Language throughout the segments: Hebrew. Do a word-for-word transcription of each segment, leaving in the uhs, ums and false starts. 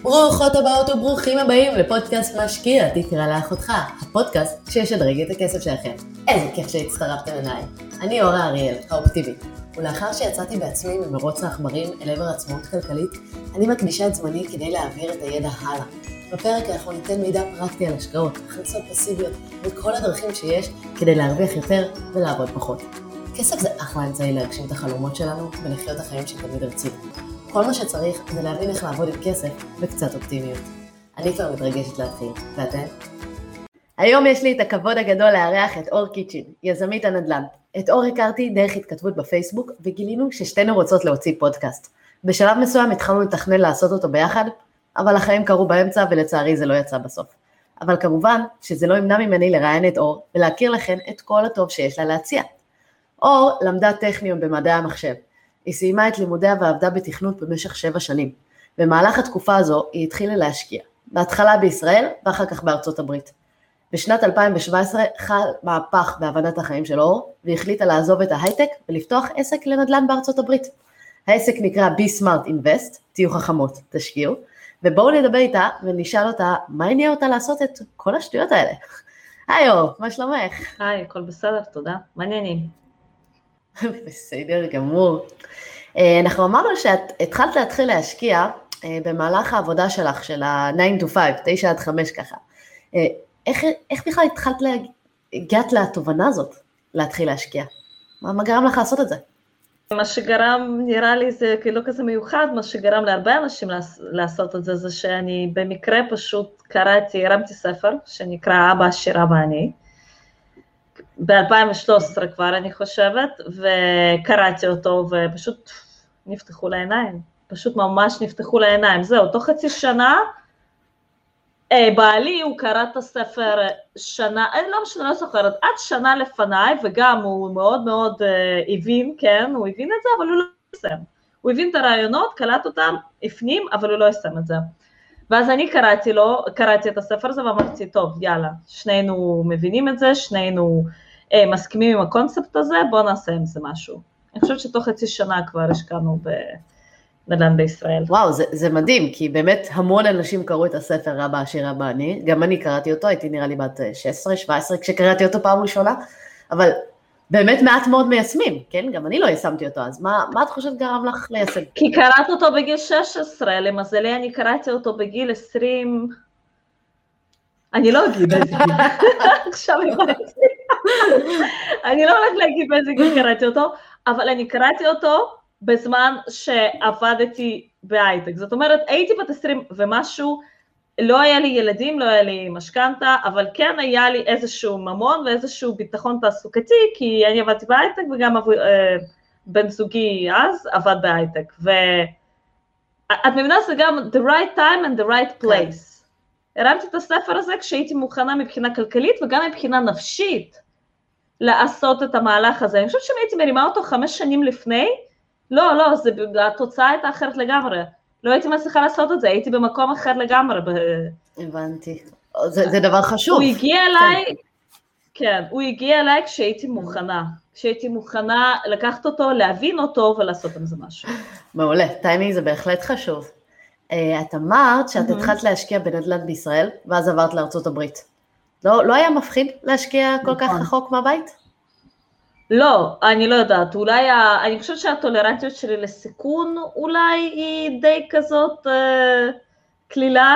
ברוכות הבאות וברוכים הבאים לפודקאסט משקיע, תקרא לאחותך, הפודקאסט שישדרג את הכסף שלכם. איזה כיף שהצטרפתם אליי. אני אורה אריאל, האופטימית, ולאחר שיצאתי בעצמי ממרוץ העכברים אל עבר עצמאות כלכלית, אני מקדישה את זמני כדי להעביר את הידע הלאה. בפרק אנחנו ניתן מידע פרקטי על השקעות, הכנסות פסיביות וכל הדרכים שיש כדי להרוויח יותר ולעבוד פחות. כסף זה אחלה אמצעי להגשים את החלומות שלנו ולחיות החיים שתמיד רצינו. כל מה שצריך זה להבין איך לעבוד עם כסף וקצת אופטימיות. אני כבר מתרגשת להתחיל, ואתן? היום יש לי את הכבוד הגדול לארח את אור קיצ'ין, יזמית הנדל"ן. את אור הכרתי דרך התכתבות בפייסבוק, וגילינו ששתינו רוצות להוציא פודקאסט. בשלב מסוים התחלנו לתכנן לעשות אותו ביחד, אבל החיים קרו באמצע ולצערי זה לא יצא בסוף. אבל כמובן שזה לא ימנע ממני לראיין את אור ולהכיר לכן את כל הטוב שיש לה להציע. אור למדה טכניון במדעי המחשב. היא סיימה את לימודיה ועבדה בתכנות במשך שבע שנים. במהלך התקופה הזו היא התחילה להשקיע, בהתחלה בישראל ואחר כך בארצות הברית. בשנת אלפיים שבע עשרה חל מהפך בהבנת החיים של אור, והחליטה לעזוב את ההייטק ולפתוח עסק לנדל"ן בארצות הברית. העסק נקרא Be Smart Invest, תהיו חכמות, תשקיעו, ובואו נדבר איתה ונשאל אותה מה הניע אותה לעשות את כל השטויות האלה. היי אור, מה שלומך? היי, הכל בסדר, תודה. מעניינים. בסדר גמור. אנחנו אמרנו שאת התחלת להתחיל להשקיע במהלך העבודה שלך, של ה-nine to five, תשע עד חמש ככה. איך, איך בכלל התחלת, הגעת לתובנה הזאת, להתחיל להשקיע? מה, מה גרם לך לעשות את זה? מה שגרם, נראה לי זה כאילו כזה מיוחד, מה שגרם להרבה אנשים לעשות את זה, זה שאני במקרה פשוט קראתי, הרמתי ספר, שנקרא אבא עשיר אבא אני, ב-אלפיים ושלוש עשרה כבר אני חושבת, וקראתי אותו ופשוט נפתחו לעיניים, פשוט ממש נפתחו לעיניים, זהו, תוך חצי שנה, בעלי הוא קרא את הספר שנה, אני לא משנה, לא זוכרת, עד שנה לפניי, וגם הוא מאוד מאוד הבין, כן, הוא הבין את זה, אבל הוא לא יסם, הוא הבין את הרעיונות, קלט אותם, הפנים, אבל הוא לא יסם את זה. ואז אני קראתי לו, קראתי את הספר הזה ואמרתי, טוב, יאללה, שנינו מבינים את זה, שנינו אה, מסכימים עם הקונספט הזה, בואו נעשה עם זה משהו. אני חושבת שתוך חצי שנה כבר השקענו בנדל"ן בישראל. וואו, זה, זה מדהים, כי באמת המון אנשים קראו את הספר אבא עשיר אבא אני, גם אני קראתי אותו, הייתי נראה לי בת שש עשרה שבע עשרה כשקראתי אותו פעם ראשונה, אבל באמת מעט מאוד מיישמים, כן? גם אני לא יישמתי אותו, אז מה, מה את חושבת גרם לך ליישם? כי קראת אותו בגיל שש עשרה, למזלי אני קראתי אותו בגיל עשרים, אני לא אגיד באיזה גיל, עכשיו אני לא הולכת להגיד באיזה גיל קראתי אותו, אבל אני קראתי אותו בזמן שעבדתי בהייטק, זאת אומרת, הייתי בת עשרים ומשהו, לא היה לי ילדים, לא היה לי משכנתה, אבל כן היה לי איזשהו ממון ואיזשהו ביטחון תעסוקתי, כי אני עבדתי בהייטק וגם בן זוגי אז עבד בהייטק, ואת מבינה זה גם the right time and the right place. הרמתי את הספר הזה כשהייתי מוכנה מבחינה כלכלית וגם מבחינה נפשית לעשות את המהלך הזה. אני חושבת שאם הייתי מרימה אותו חמש שנים לפני, לא, לא, זה, התוצאה הייתה אחרת לגמרי. לא הייתי מצליחה לעשות את זה, הייתי במקום אחר לגמרי. הבנתי. זה, זה דבר חשוב. הוא הגיע אליי, כן, הוא הגיע אליי כשהייתי מוכנה. כשהייתי מוכנה לקחת אותו, להבין אותו ולעשות עם זה משהו. מעולה, טיימינג זה בהחלט חשוב. את אמרת שאת התחלת להשקיע בנדל"ן בישראל, ואז עברת לארצות הברית. לא, לא היה מפחיד להשקיע כל כך רחוק מהבית? לא, אני לא יודעת, אולי, אני חושבת שהטולרנטיות שלי לסיכון, אולי היא די כזאת אה, כלילה,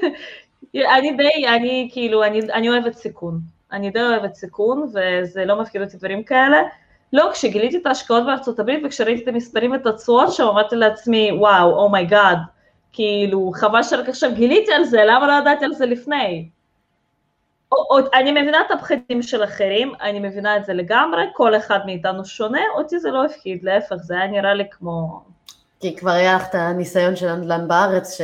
אני די, אני כאילו, אני, אני אוהבת סיכון, אני די אוהבת סיכון, וזה לא מפחיד אותי דברים כאלה, לא, כשגיליתי את ההשקעות בארצות הברית, וכשראיתי את המספרים ואת התשואות שם, אמרתי לעצמי, וואו, אומייגאד, כאילו, חבל שרק עכשיו גיליתי על זה, למה לא ידעתי על זה לפני? או, או, אני מבינה את הפחדים של אחרים, אני מבינה את זה לגמרי, כל אחד מאיתנו שונה, אותי זה לא הפחיד, להפך, זה היה נראה לי כמו... כי כבר היה לך את הניסיון של נדל"ן בארץ,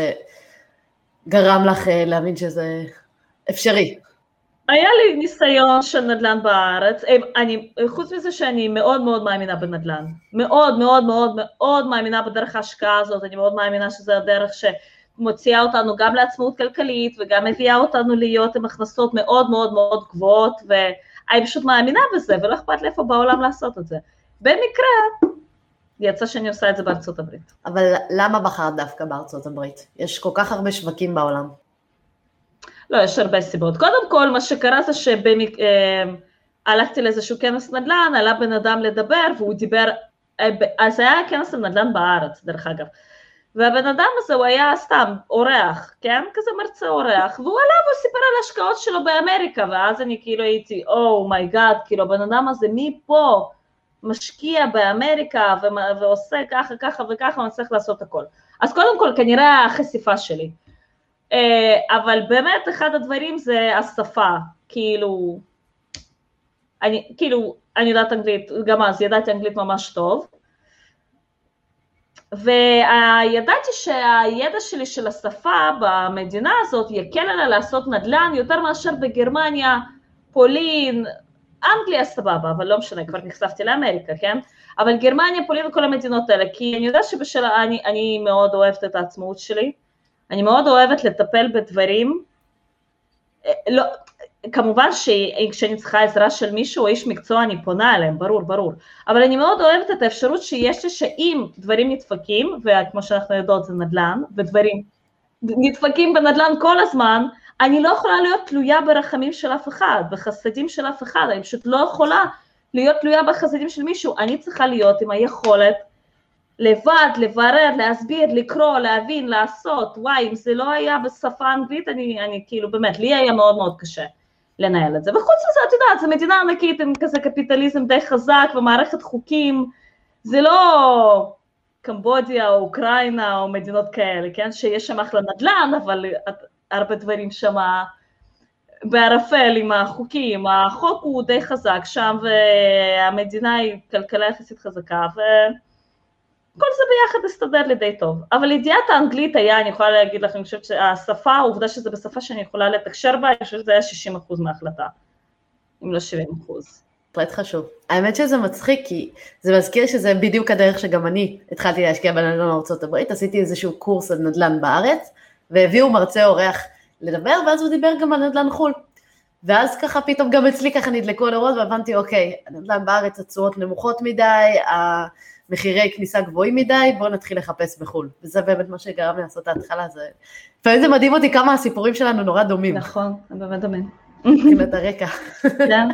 שגרם לך להבין שזה אפשרי. היה לי ניסיון של נדל"ן בארץ, אני, חוץ מזה שאני מאוד מאוד מאמינה בנדל"ן, מאוד מאוד מאוד מאוד מאמינה בדרך ההשקעה הזאת, אני מאוד מאמינה שזה הדרך שמוציאה אותנו גם לעצמאות כלכלית, וגם מביאה אותנו להיות עם הכנסות מאוד מאוד מאוד גבוהות, ואני פשוט מאמינה בזה, ולא אכפת לי איפה בעולם לעשות את זה. במקרה, יצא שאני עושה את זה בארצות הברית. אבל למה בחרת דווקא בארצות הברית? יש כל כך הרבה שווקים בעולם. לא, יש הרבה סיבות. קודם כל, מה שקרה זה שהלכתי לאיזשהו כנס נדל"ן, עלה בן אדם לדבר, והוא דיבר, אז היה כנס נדל"ן בארץ, דרך אגב. והבן אדם הזה הוא היה סתם אורח, כן? כזה מרצה אורח, והוא עלה והוא סיפר על השקעות שלו באמריקה, ואז אני כאילו הייתי, או מי גאד, כאילו הבן אדם הזה מפה משקיע באמריקה, ועושה ככה, ככה וככה, ואני צריך לעשות הכל. אז קודם כל, כנראה החשיפה שלי. אבל באמת אחד הדברים זה השפה, כאילו, אני, כאילו, אני יודעת אנגלית, גם אז ידעתי אנגלית ממש טוב, וידעתי שהידע שלי של השפה במדינה הזאת יקל עליה לעשות נדל"ן יותר מאשר בגרמניה, פולין, אנגליה סבבה, אבל לא משנה, כבר נחשפתי לאמריקה, כן? אבל גרמניה, פולין וכל המדינות האלה, כי אני יודעת שבשביל, אני, אני מאוד אוהבת את העצמאות שלי, אני מאוד אוהבת לטפל בדברים, לא, כמובן שכשאני צריכה עזרה של מישהו או איש מקצוע אני פונה אליהם, ברור, ברור, אבל אני מאוד אוהבת את האפשרות שיש לי שאם דברים נדפקים, וכמו שאנחנו יודעות זה נדל"ן, ודברים נדפקים בנדל"ן כל הזמן, אני לא יכולה להיות תלויה ברחמים של אף אחד, בחסדים של אף אחד, אני פשוט לא יכולה להיות תלויה בחסדים של מישהו, אני צריכה להיות עם היכולת, לבד, לברר, להסביר, לקרוא, להבין, לעשות, וואי, אם זה לא היה בשפה אנגלית, אני, אני כאילו, באמת, לי היה מאוד מאוד קשה לנהל את זה, וחוץ לזה, את יודעת, זו מדינה ענקית עם כזה קפיטליזם די חזק, ומערכת חוקים, זה לא קמבודיה או אוקראינה או מדינות כאלה, כן, שיש שם אחלה נדל"ן, אבל הרבה דברים שם בערפל עם החוקים, החוק הוא די חזק שם, והמדינה היא כלכלה יחסית חזקה, ו... כל זה ביחד הסתדר לי די טוב, אבל ידיעת האנגלית היה, אני יכולה להגיד לכם, אני חושבת שהשפה, העובדה שזה בשפה שאני יכולה לתקשר בה, אני חושבת שזה היה שישים אחוז מההחלטה, אם לא שבעים אחוז. פרט חשוב. האמת שזה מצחיק, כי זה מזכיר שזה בדיוק הדרך שגם אני התחלתי להשקיע בנדל"ן בארצות הברית, עשיתי איזשהו קורס על נדל"ן בארץ, והביאו מרצה אורח לדבר, ואז הוא דיבר גם על נדל"ן חול. ואז ככה פתאום גם אצלי ככה נדלקו הנורות, והבנתי, אוקיי, הנדל"ן בארץ הצורות נמוכות מדי, מחירי כניסה גבוהים מדי, בואו נתחיל לחפש בחול. וזה באמת מה שגרם לעשות את ההתחלה. זה... לפעמים זה מדהים אותי כמה הסיפורים שלנו נורא דומים. נכון, הם באמת דומים. מבחינת הרקע. כן.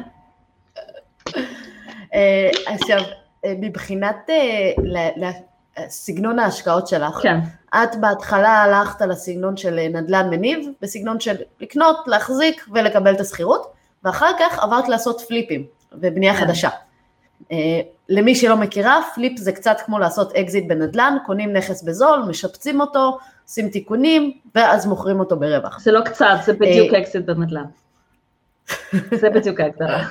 עכשיו, מבחינת סגנון ההשקעות שלך, כן. את בהתחלה הלכת על הסגנון של נדל"ן מניב, בסגנון של לקנות, להחזיק ולקבל את הסחירות, ואחר כך עברת לעשות פליפים ובנייה חדשה. למי שלא מכירה, פליפ זה קצת כמו לעשות אקזיט בנדל"ן, קונים נכס בזול, משפצים אותו, עושים תיקונים, ואז מוכרים אותו ברווח. זה לא קצת, זה בדיוק אקזיט בנדל"ן. זה בדיוק ההגדרה.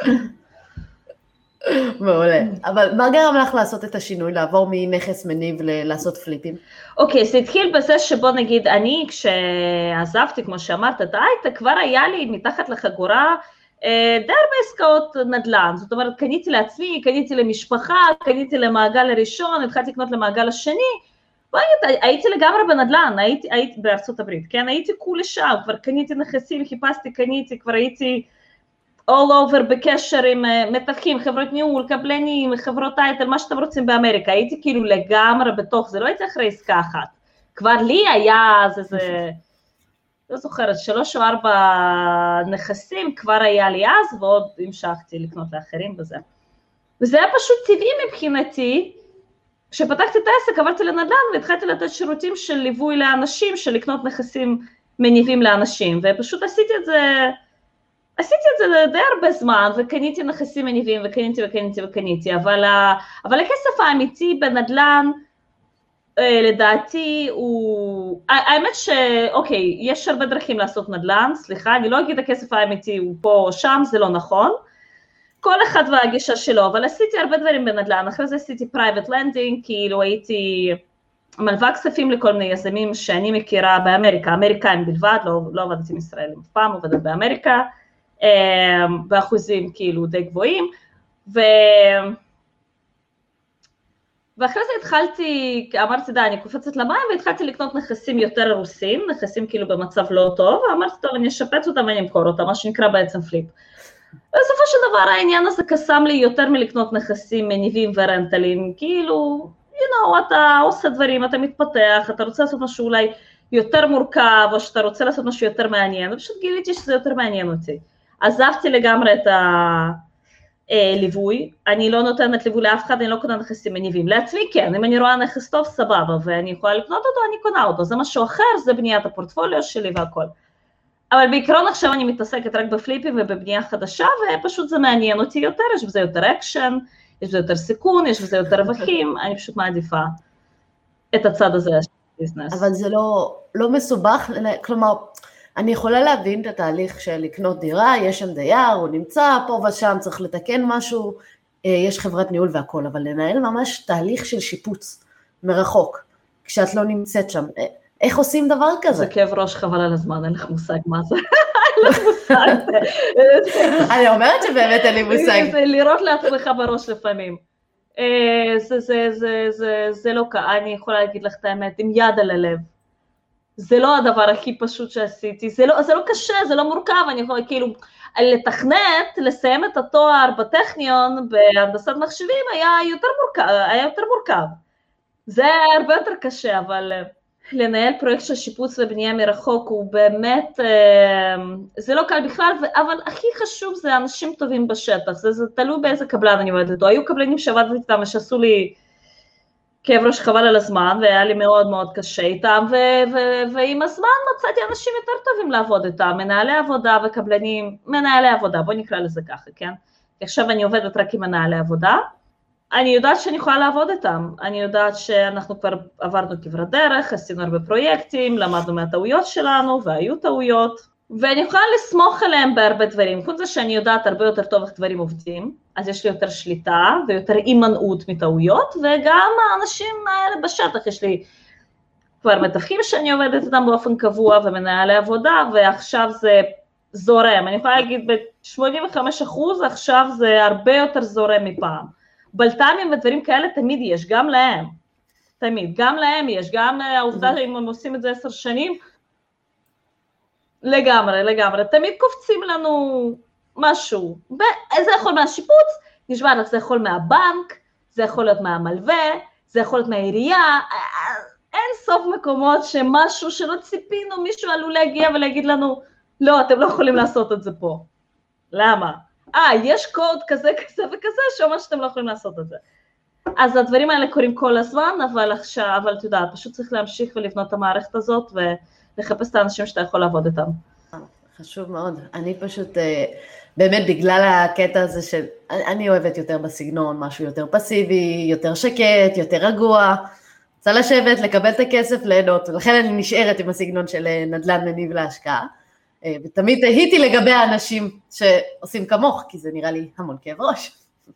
מעולה. אבל מה גרם לך לעשות את השינוי, לעבור מנכס מניב לעשות פליפים? אוקיי, זה התחיל בזה שבוא נגיד, אני כשעזבתי, כמו שאמרת, את ההייטק, כבר היה לי מתחת לחגורה, די הרבה עסקאות נדל"ן, זאת אומרת, קניתי לעצמי, קניתי למשפחה, קניתי למעגל הראשון, התחלתי לקנות למעגל השני, הייתי לגמרי בנדל"ן, הייתי, הייתי בארצות הברית, כן, הייתי כולי שם, כבר קניתי נכסים, חיפשתי, קניתי, כבר הייתי all over בקשר עם מתחים, חברות ניהול, קבלנים, חברות טייטל, מה שאתם רוצים באמריקה, הייתי כאילו לגמרי בתוך, זה לא הייתי אחרי עסקה אחת, כבר לי היה איזה, לא זוכרת, שלוש או ארבע נכסים כבר היה לי אז, ועוד המשכתי לקנות לאחרים בזה. וזה היה פשוט טבעי מבחינתי, כשפתחתי את העסק, עברתי לנדל"ן, והתחלתי לתת שירותים של ליווי לאנשים, של לקנות נכסים מניבים לאנשים, ופשוט עשיתי את זה, עשיתי את זה די הרבה זמן, וקניתי נכסים מניבים, וקניתי וקניתי וקניתי, אבל, אבל הכסף האמיתי בנדל"ן, לדעתי הוא, האמת שאוקיי, יש הרבה דרכים לעשות נדל"ן, סליחה, אני לא אגיד הכסף האמיתי הוא פה או שם, זה לא נכון, כל אחד והגישה שלו, אבל עשיתי הרבה דברים בנדל"ן, אחרי זה עשיתי private lending, כאילו הייתי מלווה כספים לכל מיני יזמים שאני מכירה באמריקה, אמריקאים בלבד, לא, לא עבדתי עם ישראלים אף פעם, עובדת באמריקה, באחוזים כאילו די גבוהים, ו... ואחרי זה התחלתי, אמרתי די, אני קופצת למים, והתחלתי לקנות נכסים יותר רוסים, נכסים כאילו במצב לא טוב, ואמרתי טוב, אני אשפץ אותם ואני אמכור אותם, מה שנקרא בעצם פליפ. בסופו של דבר העניין הזה קסם לי יותר מלקנות נכסים מניבים ורנטלים, כאילו, you know, אתה עושה דברים, אתה מתפתח, אתה רוצה לעשות משהו אולי יותר מורכב, או שאתה רוצה לעשות משהו יותר מעניין, ופשוט גיליתי שזה יותר מעניין אותי. עזבתי לגמרי את הליווי, אני לא נותנת ליווי לאף אחד, אני לא קונה נכסים מניבים. לעצמי כן, אם אני רואה נכס טוב, סבבה, ואני יכולה לקנות אותו, אני קונה אותו, זה משהו אחר, זה בניית הפורטפוליו שלי והכל. אבל בעיקרון עכשיו אני מתעסקת רק בפליפים ובבנייה חדשה, ופשוט זה מעניין אותי יותר, יש בזה יותר אקשן, יש בזה יותר סיכון, יש בזה יותר רווחים, אני פשוט מעדיפה את הצד הזה של ביזנס. אבל זה לא, לא מסובך, כלומר, אני יכולה להבין את התהליך של לקנות דירה, יש שם דייר, הוא נמצא פה ושם, צריך לתקן משהו, יש חברת ניהול והכל, אבל לנהל ממש תהליך של שיפוץ מרחוק, כשאת לא נמצאת שם. איך עושים דבר כזה? זה כאב ראש חבל על הזמן, אין לך מושג מה זה. אין לך מושג. אני אומרת שבאמת אין לי מושג. זה לראות לעצמך בראש לפעמים. זה לא קל, אני יכולה להגיד לך את האמת, עם יד על הלב. זה לא הדבר הכי פשוט שעשיתי, זה לא, זה לא קשה, זה לא מורכב, אני יכולה כאילו, לתכנת, לסיים את התואר בטכניון, בהנדסת מחשבים, היה יותר מורכב, היה יותר מורכב. זה היה הרבה יותר קשה, אבל לנהל פרויקט של שיפוץ ובנייה מרחוק, הוא באמת, זה לא קל בכלל, אבל הכי חשוב זה אנשים טובים בשטח, זה, זה תלוי באיזה קבלן אני עובדת איתו, היו קבלנים שעבדתי איתם, שעשו לי כאב ראש חבל על הזמן, והיה לי מאוד מאוד קשה איתם, ו- ו- ועם הזמן מצאתי אנשים יותר טובים לעבוד איתם, מנהלי עבודה וקבלנים, מנהלי עבודה, בוא נקרא לזה ככה, כן? עכשיו אני עובדת רק עם מנהלי עבודה, אני יודעת שאני יכולה לעבוד איתם, אני יודעת שאנחנו כבר עברנו כברת דרך, עשינו הרבה פרויקטים, למדנו מהטעויות שלנו, והיו טעויות, ואני יכולה לסמוך עליהם בהרבה דברים, חוץ זה שאני יודעת הרבה יותר טוב איך דברים עובדים, אז יש לי יותר שליטה ויותר אימנעות מטעויות, וגם האנשים האלה בשטח, יש לי כבר מתווכים שאני עובדת איתם באופן קבוע, ומנהלי עבודה, ועכשיו זה זורם, אני יכולה להגיד ב-שמונים וחמישה אחוז, עכשיו זה הרבה יותר זורם מפעם. בלת"מים ודברים כאלה תמיד יש, גם להם, תמיד, גם להם יש, גם העובדה אם הם עושים את זה עשר שנים, לגמרי, לגמרי, תמיד קופצים לנו משהו, זה יכול מהשיפוץ, נשמע לך, זה יכול מהבנק, זה יכול להיות מהמלווה, זה יכול להיות מהעירייה, אין סוף מקומות שמשהו שלא ציפינו, מישהו עלול להגיע ולהגיד לנו, לא, אתם לא יכולים לעשות את זה פה. למה? אה, יש קוד כזה, כזה וכזה, שאומר שאתם לא יכולים לעשות את זה. אז הדברים האלה קורים כל הזמן, אבל עכשיו, אבל אתה יודע, פשוט צריך להמשיך ולבנות את המערכת הזאת, ולחפש את האנשים שאתה יכול לעבוד איתם. חשוב מאוד. אני פשוט, באמת בגלל הקטע הזה של, אני אוהבת יותר בסגנון, משהו יותר פסיבי, יותר שקט, יותר רגוע, רוצה לשבת, לקבל את הכסף, ליהנות, ולכן אני נשארת עם הסגנון של נדל"ן מניב להשקעה, ותמיד תהיתי לגבי האנשים שעושים כמוך, כי זה נראה לי המון כאב ראש.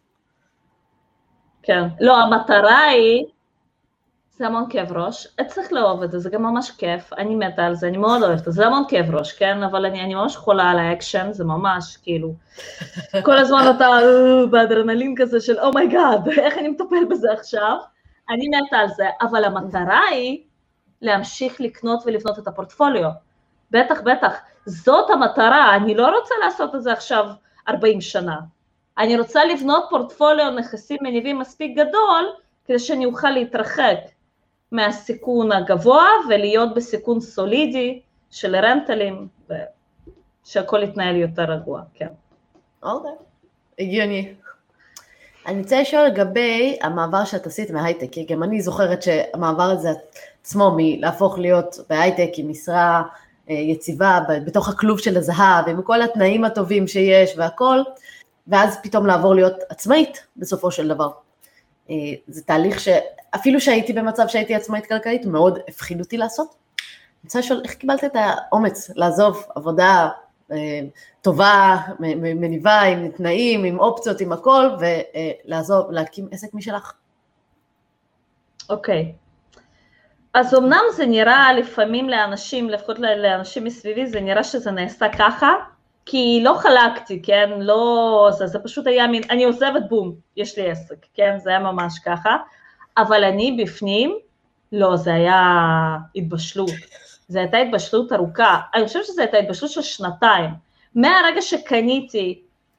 כן, לא, המטרה היא, זה המון כאב ראש, צריך לאהוב את זה, זה גם ממש כיף, אני מתה על זה, אני מאוד אוהבת, זה המון כאב ראש, כן, אבל אני, אני ממש חולה על האקשן, זה ממש כאילו, כל הזמן אתה באדרנלין כזה של, Oh my God, איך אני מטפל בזה עכשיו? אני מתה על זה, אבל המטרה היא להמשיך לקנות ולבנות את הפורטפוליו, בטח, בטח, זאת המטרה, אני לא רוצה לעשות את זה עכשיו ארבעים שנה, אני רוצה לבנות פורטפוליו נכסים מניבים מספיק גדול, כדי שאני אוכל להתרחק מהסיכון הגבוה, ולהיות בסיכון סולידי של רנטלים, ושהכל יתנהל יותר רגוע, כן. אוקיי, הגיוני. אני רוצה לשאול לגבי המעבר שאת עשית מההייטק, כי גם אני זוכרת שהמעבר הזה עצמו, מלהפוך להיות בהייטק עם משרה יציבה, בתוך הכלוב של הזהב, עם כל התנאים הטובים שיש והכל, ואז פתאום לעבור להיות עצמאית בסופו של דבר. זה תהליך שאפילו שהייתי במצב שהייתי עצמאית כלכלית, מאוד הפחיד אותי לעשות. אני רוצה לשאול, איך קיבלת את האומץ לעזוב עבודה טובה, מניבה, עם תנאים, עם אופציות, עם הכל, ולעזוב, להקים עסק משלך? אוקיי. אז אמנם זה נראה לפעמים לאנשים, לפחות לאנשים מסביבי, זה נראה שזה נעשה ככה, כי לא חלקתי, כן, לא, זה, זה פשוט היה מין, אני עוזבת בום, יש לי עסק, כן, זה היה ממש ככה, אבל אני בפנים, לא, זה היה התבשלות, זה הייתה התבשלות ארוכה, אני חושבת שזה הייתה התבשלות של שנתיים, מהרגע שקניתי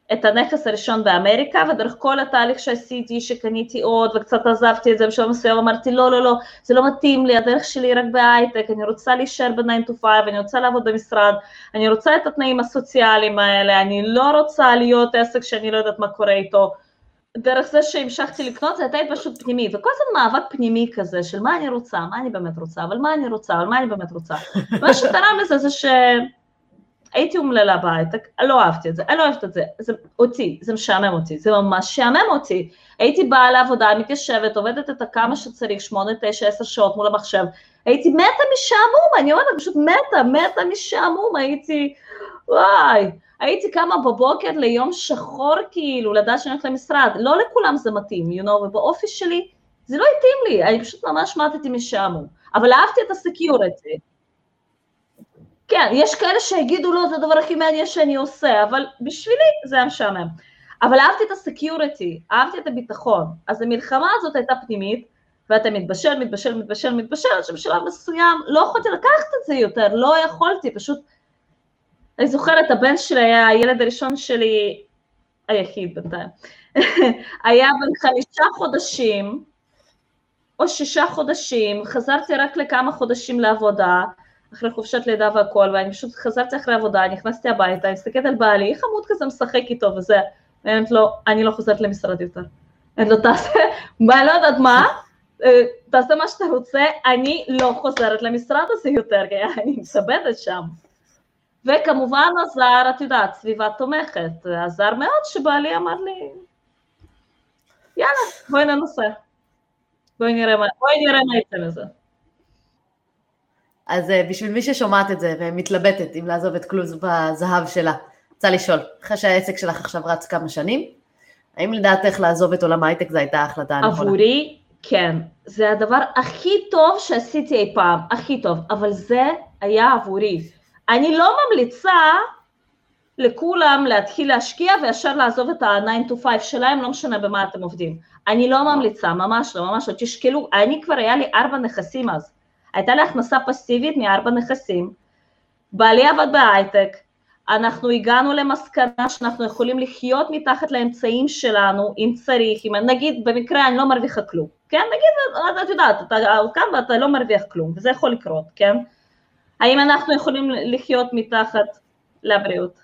את הנכס הראשון באמריקה, ודרך כל התהליך שעשיתי, שקניתי עוד, וקצת עזבתי את זה, בשלב מסוים אמרתי, לא, לא, לא, זה לא מתאים לי, הדרך שלי רק בהייטק, אני רוצה להישאר ב-ניין to five, אני רוצה לעבוד במשרד, אני רוצה את התנאים הסוציאליים האלה, אני לא רוצה להיות עסק שאני לא יודעת מה קורה איתו, דרך זה שהמשכתי לקנות, זה הייתה פשוט פנימית, וכל הזמן מאבק פנימי כזה, של מה אני רוצה, מה אני באמת רוצה, אבל מה אני רוצה, אבל מה אני באמת רוצה. מה שתרם לזה זה ש... הייתי אומללה בהייטק, לא אהבתי את זה, אני לא אוהבת את זה, זה אותי, זה משעמם אותי, זה ממש משעמם אותי. הייתי באה לעבודה, מתיישבת, עובדת את הכמה שצריך, שמונה, תשע, עשר שעות מול המחשב, הייתי מתה משעמום, אני אומרת, פשוט מתה, מתה משעמום, הייתי, וואי, הייתי קמה בבוקר ליום שחור כאילו, לדעת שאני הולכת למשרד, לא לכולם זה מתאים, you know, ובאופי שלי, זה לא התאים לי, אני פשוט ממש מתתי משעמום, אבל אהבתי את הסקיוריטי. כן, יש כאלה שיגידו לו, זה הדבר הכי מעניין שאני עושה, אבל בשבילי זה היה משעמם. אבל אהבתי את הסקיוריטי, אהבתי את הביטחון, אז המלחמה הזאת הייתה פנימית, ואתה מתבשל, מתבשל, מתבשל, מתבשל, עד שבשלב מסוים לא יכולתי לקחת את זה יותר, לא יכולתי, פשוט, אני זוכרת, הבן שלי היה הילד הראשון שלי, היחיד בינתיים, היה בן חמישה חודשים, או שישה חודשים, חזרתי רק לכמה חודשים לעבודה, אחרי חופשת לידה והכל, ואני פשוט חזרתי אחרי עבודה, נכנסתי הביתה, הסתכלת על בעלי, חמוד כזה משחק איתו וזה, ואני אומרת לו, אני לא חוזרת למשרד יותר. אני לא תעשה, מה, לא יודעת מה, תעשה מה שאתה רוצה, אני לא חוזרת למשרד הזה יותר, כי אני מסבדת שם. וכמובן עזר, את יודעת, סביבה תומכת, עזר מאוד שבעלי אמר לי, יאללה, בואי ננסה, בואי נראה מה, בואי נראה מה יצא מזה. אז בשביל מי ששומעת את זה ומתלבטת אם לעזוב את קלוז בזהב שלה, רוצה לשאול, אחרי שהעסק שלך עכשיו רץ כמה שנים, האם לדעתך לעזוב את עולם ההייטק זו הייתה ההחלטה הנכונה? עבורי, כן, זה הדבר הכי טוב שעשיתי אי פעם, הכי טוב, אבל זה היה עבורי. אני לא ממליצה לכולם להתחיל להשקיע וישר לעזוב את ה-ניין to five שלהם, לא משנה במה אתם עובדים. אני לא ממליצה, ממש לא, ממש לא, תשקלו, אני כבר היה לי ארבע נכסים אז, הייתה לי הכנסה פסיבית מארבע נכסים, בעלי עבד בהייטק, אנחנו הגענו למסקנה שאנחנו יכולים לחיות מתחת לאמצעים שלנו, אם צריך, אם נגיד במקרה אני לא מרוויחה כלום, כן? נגיד, את יודעת, אתה כאן ואתה לא מרוויח כלום, וזה יכול לקרות, כן? האם אנחנו יכולים לחיות מתחת לבריאות?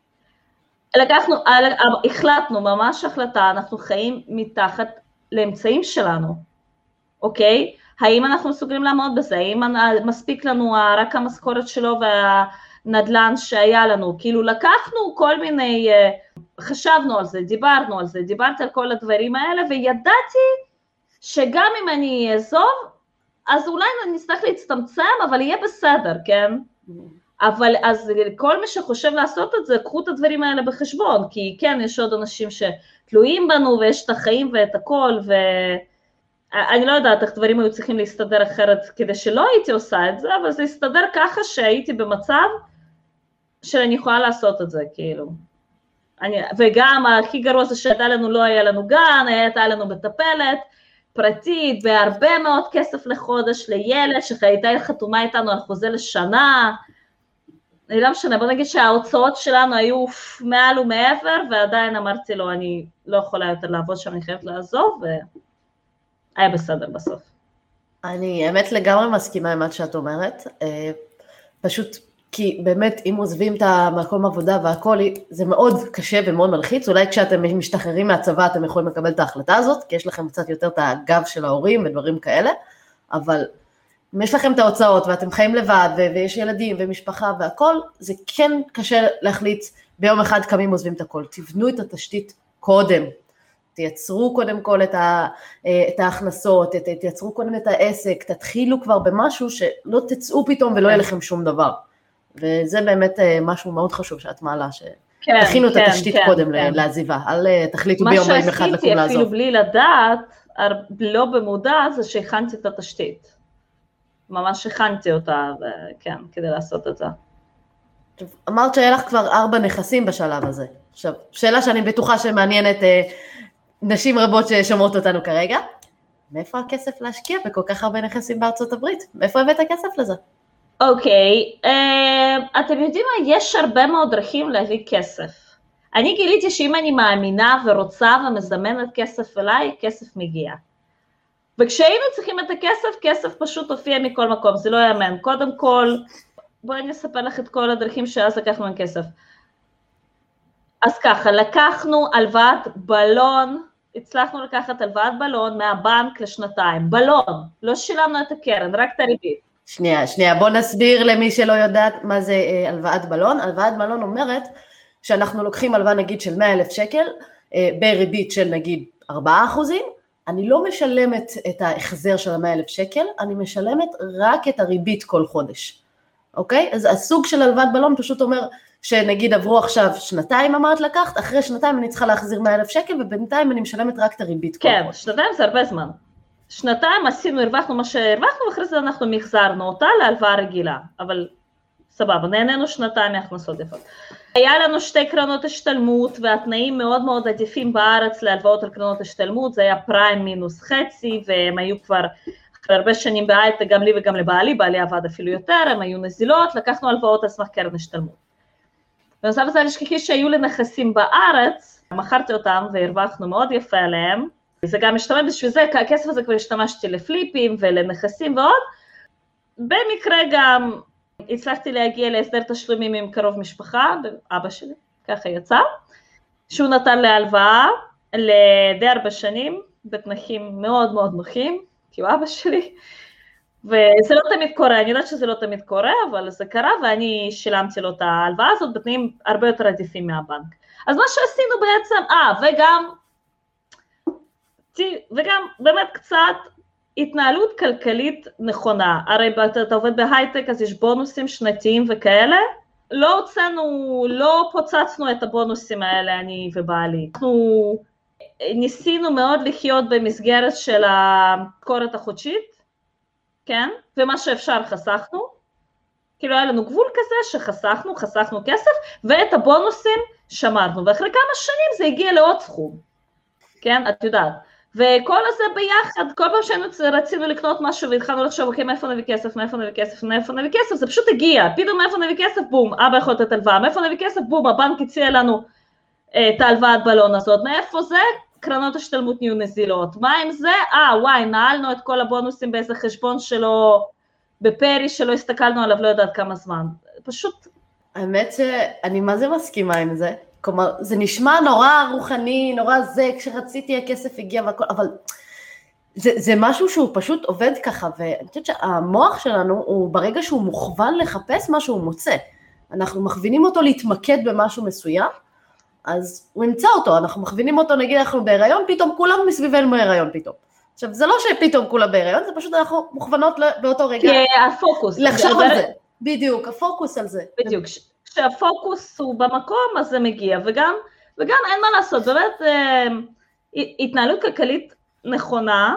לקחנו, החלטנו, ממש החלטה, אנחנו חיים מתחת לאמצעים שלנו, אוקיי? האם אנחנו מסוגלים לעמוד בזה? האם מספיק לנו רק המשכורת שלו והנדל"ן שהיה לנו? כאילו לקחנו כל מיני, חשבנו על זה, דיברנו על זה, דיברתי על כל הדברים האלה, וידעתי שגם אם אני אעזוב, אז אולי נצטרך להצטמצם, אבל יהיה בסדר, כן? אבל אז כל מי שחושב לעשות את זה, קחו את הדברים האלה בחשבון, כי כן, יש עוד אנשים שתלויים בנו, ויש את החיים ואת הכל, ו... אני לא יודעת איך דברים היו צריכים להסתדר אחרת כדי שלא הייתי עושה את זה, אבל זה הסתדר ככה שהייתי במצב שאני יכולה לעשות את זה, כאילו. אני, וגם הכי גרוע זה שהייתה לנו, לא היה לנו גן, הייתה לנו מטפלת פרטית, והרבה מאוד כסף לחודש לילד, שהייתה חתומה איתנו על חוזה לשנה, אני לא משנה, בוא נגיד שההוצאות שלנו היו מעל ומעבר, ועדיין אמרתי לו, אני לא יכולה יותר לעבוד שם, אני חייבת לעזוב, ו... היה בסדר בסוף. אני האמת לגמרי מסכימה עם מה שאת אומרת, פשוט כי באמת אם עוזבים את המקום עבודה והכל, זה מאוד קשה ומאוד מלחיץ, אולי כשאתם משתחררים מהצבא אתם יכולים לקבל את ההחלטה הזאת, כי יש לכם קצת יותר את הגב של ההורים ודברים כאלה, אבל אם יש לכם את ההוצאות ואתם חיים לבד ויש ילדים ומשפחה והכל, זה כן קשה להחליט ביום אחד קמים עוזבים את הכל, תבנו את התשתית קודם, תייצרו קודם כל את, ה, את ההכנסות, תייצרו קודם את העסק, תתחילו כבר במשהו שלא תצאו פתאום ולא יהיה לכם שום דבר. וזה באמת משהו מאוד חשוב שאת מעלה, שתכינו את התשתית קודם לעזיבה, אל תחליטו ביום יום אחד לקום לעזוב. מה שעשיתי אפילו בלי לדעת, לא במודע, זה שהכנתי את התשתית. ממש הכנתי אותה, כן, כדי לעשות את זה. אמרת שהיה לך כבר ארבע נכסים בשלב הזה. עכשיו, שאלה שאני בטוחה שמעניינת נשים רבות ששומעות אותנו כרגע, מאיפה הכסף להשקיע בכל כך הרבה נכסים בארצות הברית? מאיפה הבאת הכסף לזה? אוקיי, אתם יודעים מה? יש הרבה מאוד דרכים להביא כסף. אני גיליתי שאם אני מאמינה ורוצה ומזמנת כסף אליי, כסף מגיע. וכשהיינו צריכים את הכסף, כסף פשוט הופיע מכל מקום, זה לא יאמן. קודם כל, בואי אני אספר לך את כל הדרכים שאז לקחנו עם כסף. אז ככה, לקחנו הלוואת בלון, הצלחנו לקחת הלוואת בלון מהבנק לשנתיים. בלון, לא שילמנו את הקרן, רק את הריבית. שנייה, שנייה, בוא נסביר למי שלא יודעת מה זה אה, הלוואת בלון. הלוואת בלון אומרת שאנחנו לוקחים הלוואה נגיד של מאה אלף שקל, אה, בריבית של נגיד ארבעה אחוזים, אני לא משלמת את ההחזר של ה-מאה אלף שקל, אני משלמת רק את הריבית כל חודש, אוקיי? אז הסוג של הלוואת בלון פשוט אומר, שנגיד עברו עכשיו שנתיים אמרת לקחת, אחרי שנתיים אני צריכה להחזיר מאה אלף שקל, ובינתיים אני משלמת רק את הריבית כל כן, חודש. שנתיים זה הרבה זמן. שנתיים עשינו, הרווחנו מה שהרווחנו, ואחרי זה אנחנו מחזרנו אותה להלוואה רגילה, אבל סבבה, נהנינו שנתיים מהכנסות יפות. היה לנו שתי קרנות השתלמות, והתנאים מאוד מאוד עדיפים בארץ להלוואות על קרנות השתלמות, זה היה פריים מינוס חצי, והם היו כבר אחרי הרבה שנים בהייטק, גם לי וגם לבעלי, בעלי עבד אפילו יותר, הם היו נזילות, לקחנו הלוואות על סמך קרן השתלמות. בנוסף לזה לשכחי שהיו לי נכסים בארץ, מכרתי אותם והרווחנו מאוד יפה עליהם, זה גם משתמש בשביל זה, הכסף הזה כבר השתמשתי לפליפים ולנכסים ועוד, במקרה גם הצלחתי להגיע להסדר תשלומים עם קרוב משפחה, אבא שלי, ככה יצא, שהוא נתן להלוואה לדי הרבה שנים, בתנאים מאוד מאוד נוחים, כי הוא אבא שלי, וזה לא תמיד קורה, אני יודעת שזה לא תמיד קורה, אבל זה קרה, ואני שילמתי לו את ההלוואה הזאת, בתנאים הרבה יותר עדיפים מהבנק. אז מה שעשינו בעצם, אה, וגם, וגם באמת קצת התנהלות כלכלית נכונה, הרי אתה עובד בהייטק, אז יש בונוסים שנתיים וכאלה, לא הוצאנו, לא פוצצנו את הבונוסים האלה, אני ובעלי. אנחנו ניסינו מאוד לחיות במסגרת של המשכורת החודשית, כן? ומה שאפשר חסכנו, כאילו היה לנו גבול כזה שחסכנו, חסכנו כסף, ואת הבונוסים שמרנו, ואחרי כמה שנים זה הגיע לעוד סכום, כן? את יודעת. וכל הזה ביחד, כל פעם שהיינו רצינו לקנות משהו והתחלנו לחשוב, אוקיי, מאיפה נביא כסף, מאיפה נביא כסף, מאיפה נביא כסף, זה פשוט הגיע, פתאום מאיפה נביא כסף, בום, אבא יכול לתת הלוואה, מאיפה נביא כסף, בום, הבנק הציע לנו את ההלוואת בלון הזאת, מאיפה זה? קרנות השתלמות נהיו נזילות, מה עם זה? אה, וואי, נעלנו את כל הבונוסים באיזה חשבון שלו, בפרי שלא הסתכלנו עליו, לא יודעת כמה זמן, פשוט... האמת שאני מה זה מסכימה עם זה, כלומר, זה נשמע נורא רוחני, נורא זה, כשרציתי הכסף הגיע והכל, אבל זה, זה משהו שהוא פשוט עובד ככה, ואני חושבת שהמוח שלנו, הוא ברגע שהוא מוכוון לחפש מה שהוא מוצא, אנחנו מכווינים אותו להתמקד במשהו מסוים, אז הוא ימצא אותו, אנחנו מכווינים אותו, נגיד אנחנו בהיריון, פתאום כולם מסביבנו בהיריון פתאום. עכשיו, זה לא שפתאום כולם בהיריון, זה פשוט אנחנו מוכוונות באותו רגע. כי הפוקוס. לחשוב על זה, בדיוק, הפוקוס על זה. בדיוק. כשהפוקוס הוא במקום, אז זה מגיע, וגם, וגם אין מה לעשות, באמת, אה, התנהלות כלכלית נכונה,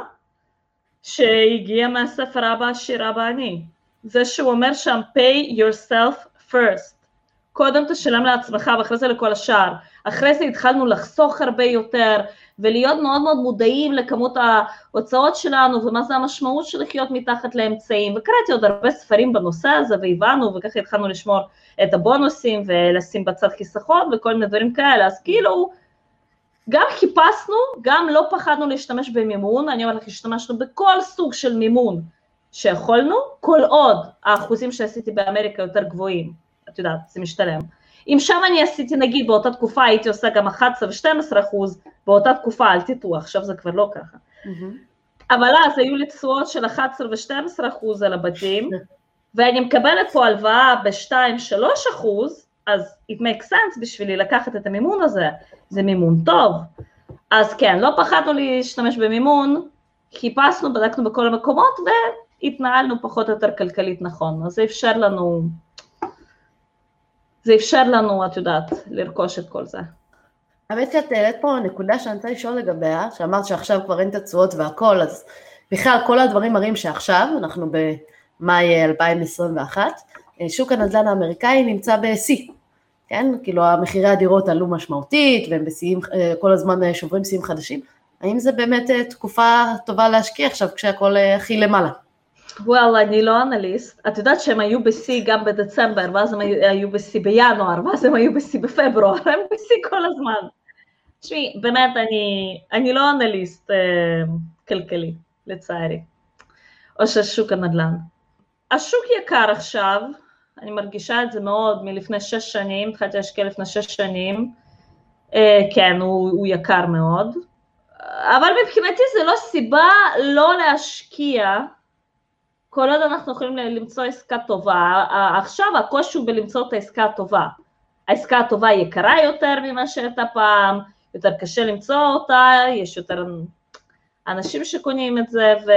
שהגיעה מהספר אבא עשיר אבא עני, זה שהוא אומר שם, pay yourself first, קודם תשלם לעצמך, ואחרי זה לכל השאר, אחרי זה התחלנו לחסוך הרבה יותר, ולהיות מאוד מאוד מודעים לכמות ההוצאות שלנו, ומה זה המשמעות של לחיות מתחת לאמצעים, וקראתי עוד הרבה ספרים בנושא הזה, והבנו, וככה התחלנו לשמור את הבונוסים, ולשים בצד חיסכון, וכל מיני דברים כאלה, אז כאילו, גם חיפשנו, גם לא פחדנו להשתמש במימון, אני אומרת, השתמשנו בכל סוג של מימון שיכולנו, כל עוד האחוזים שעשיתי באמריקה יותר גבוהים, את יודעת, זה משתלם. אם שם אני עשיתי, נגיד, באותה תקופה הייתי עושה גם אחת עשרה ו-שתים עשרה אחוז, באותה תקופה אל תטעו, עכשיו זה כבר לא ככה. אבל אז היו לי תשואות של אחת עשרה ו-שתים עשרה אחוז על הבתים, ואני מקבלת פה הלוואה ב-שתיים שלוש אחוז, אז it makes sense בשבילי לקחת את המימון הזה, זה מימון טוב. אז כן, לא פחדנו להשתמש במימון, חיפשנו, בדקנו בכל המקומות, והתנהלנו פחות או יותר כלכלית נכון, אז זה אפשר לנו... זה אפשר לנו, את יודעת, לרכוש את כל זה. האמת שאת העלית פה נקודה שאני רוצה לשאול לגביה, שאמרת שעכשיו כבר אין תצועות והכל, אז בכלל כל הדברים מראים שעכשיו, אנחנו במאי אלפיים עשרים ואחת, שוק הנדל"ן האמריקאי נמצא ב-C, כן? כאילו המחירי הדירות עלו משמעותית, והם בשיאים, כל הזמן שוברים שיאים חדשים. האם זה באמת תקופה טובה להשקיע עכשיו, כשהכל הכי למעלה? וואלה, אני לא אנליסט. את יודעת שהם היו ב-C גם בדצמבר, ואז הם היו ב-C בינואר, ואז הם היו ב-C בפברואר, הם ב-C כל הזמן. תשמעי, באמת, אני, אני לא אנליסט אה, כלכלי, לצערי. או של שוק הנדל"ן. השוק יקר עכשיו, אני מרגישה את זה מאוד מלפני שש שנים, התחלתי להשקיע לפני שש שנים, אה, כן, הוא, הוא יקר מאוד, אבל מבחינתי זה לא סיבה לא להשקיע, כל עוד אנחנו יכולים למצוא עסקה טובה. עכשיו הקושי הוא בלמצוא את העסקה הטובה. העסקה הטובה יקרה יותר ממה שהייתה פעם, יותר קשה למצוא אותה, יש יותר אנשים שקונים את זה, ו...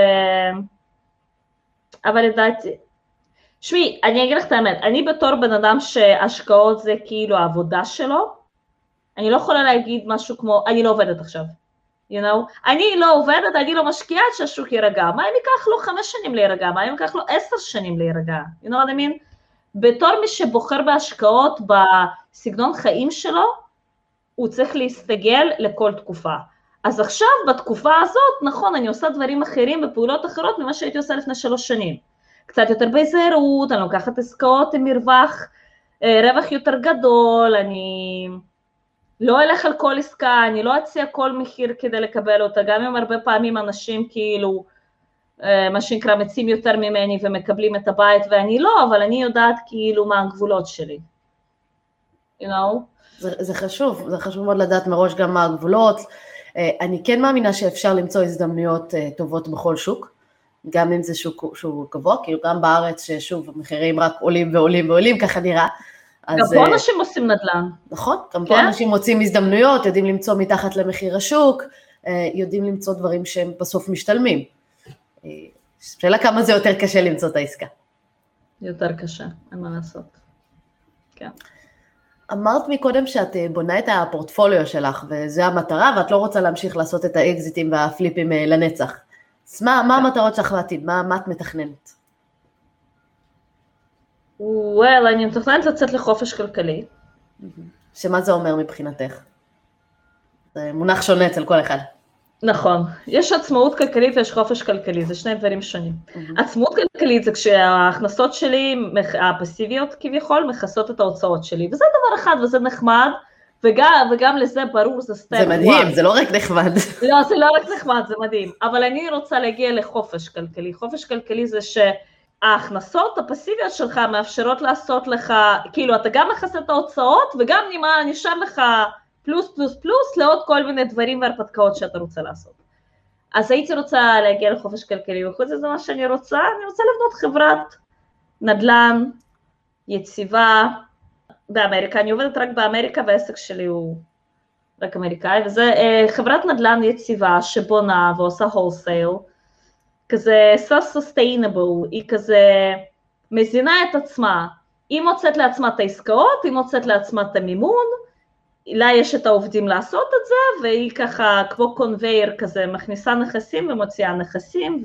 אבל לדעתי, שמי, אני אגיד לך את האמת, אני בתור בן אדם שהשקעות זה כאילו העבודה שלו, אני לא יכולה להגיד משהו כמו, אני לא עובדת עכשיו. You know? אני לא עובדת, אני לא משקיעה עד שהשוק יירגע. מה אם ייקח לו חמש שנים להירגע? מה אם ייקח לו עשר שנים להירגע? You know what I mean? בתור מי שבוחר בהשקעות בסגנון חיים שלו, הוא צריך להסתגל לכל תקופה. אז עכשיו, בתקופה הזאת, נכון, אני עושה דברים אחרים בפעולות אחרות ממה שהייתי עושה לפני שלוש שנים. קצת יותר בזהירות, אני לוקחת עסקאות עם מרווח, רווח יותר גדול, אני... לא אלך על כל עסקה, אני לא אציע כל מחיר כדי לקבל אותה, גם אם הרבה פעמים אנשים כאילו, מה שנקרא, מציעים יותר ממני ומקבלים את הבית, ואני לא, אבל אני יודעת כאילו מה הגבולות שלי. You know? זה, זה חשוב, זה חשוב מאוד לדעת מראש גם מה הגבולות. אני כן מאמינה שאפשר למצוא הזדמנויות טובות בכל שוק, גם אם זה שוק שהוא גבוה, כאילו גם בארץ ששוב המחירים רק עולים ועולים ועולים, ככה נראה. גם פה אנשים עושים נדל"ן. נכון, גם פה אנשים מוצאים הזדמנויות, יודעים למצוא מתחת למחיר השוק, יודעים למצוא דברים שהם בסוף משתלמים. שאלה כמה זה יותר קשה למצוא את העסקה. יותר קשה, אין מה לעשות. כן. אמרת מקודם שאת בונה את הפורטפוליו שלך, וזו המטרה, ואת לא רוצה להמשיך לעשות את האקזיטים והפליפים לנצח. אז מה, מה המטרות שלך לעתיד? מה, מה את מתכננת? וואל, אני מתכננת לצאת לחופש כלכלי. שמה זה אומר מבחינתך? זה מונח שונה אצל כל אחד. נכון, יש עצמאות כלכלית ויש חופש כלכלי, זה שני דברים שונים. עצמאות כלכלית זה כשההכנסות שלי, הפסיביות כביכול, מכסות את ההוצאות שלי, וזה דבר אחד וזה נחמד, וגם, וגם לזה ברור, זה סטייפ. זה מדהים, זה לא רק נחמד. לא, זה לא רק נחמד, זה מדהים, אבל אני רוצה להגיע לחופש כלכלי. חופש כלכלי זה שההכנסות הפסיביות שלך מאפשרות לעשות לך, כאילו אתה גם מכסה את ההוצאות, וגם נשאר לך פלוס פלוס פלוס לעוד כל מיני דברים והרפתקאות שאתה רוצה לעשות. אז הייתי רוצה להגיע לחופש כלכלי, וחוץ זה מה שאני רוצה, אני רוצה לבנות חברת נדל"ן, יציבה, באמריקה, אני עובדת רק באמריקה, והעסק שלי הוא רק אמריקאי, וזה חברת נדל"ן יציבה שבונה ועושה הולסייל, כזה self-sustainable, היא כזה מזינה את עצמה, היא מוצאת לעצמה את העסקאות, היא מוצאת לעצמה את המימון, לה יש את העובדים לעשות את זה, והיא ככה כמו קונבייר כזה, מכניסה נכסים ומוציאה נכסים,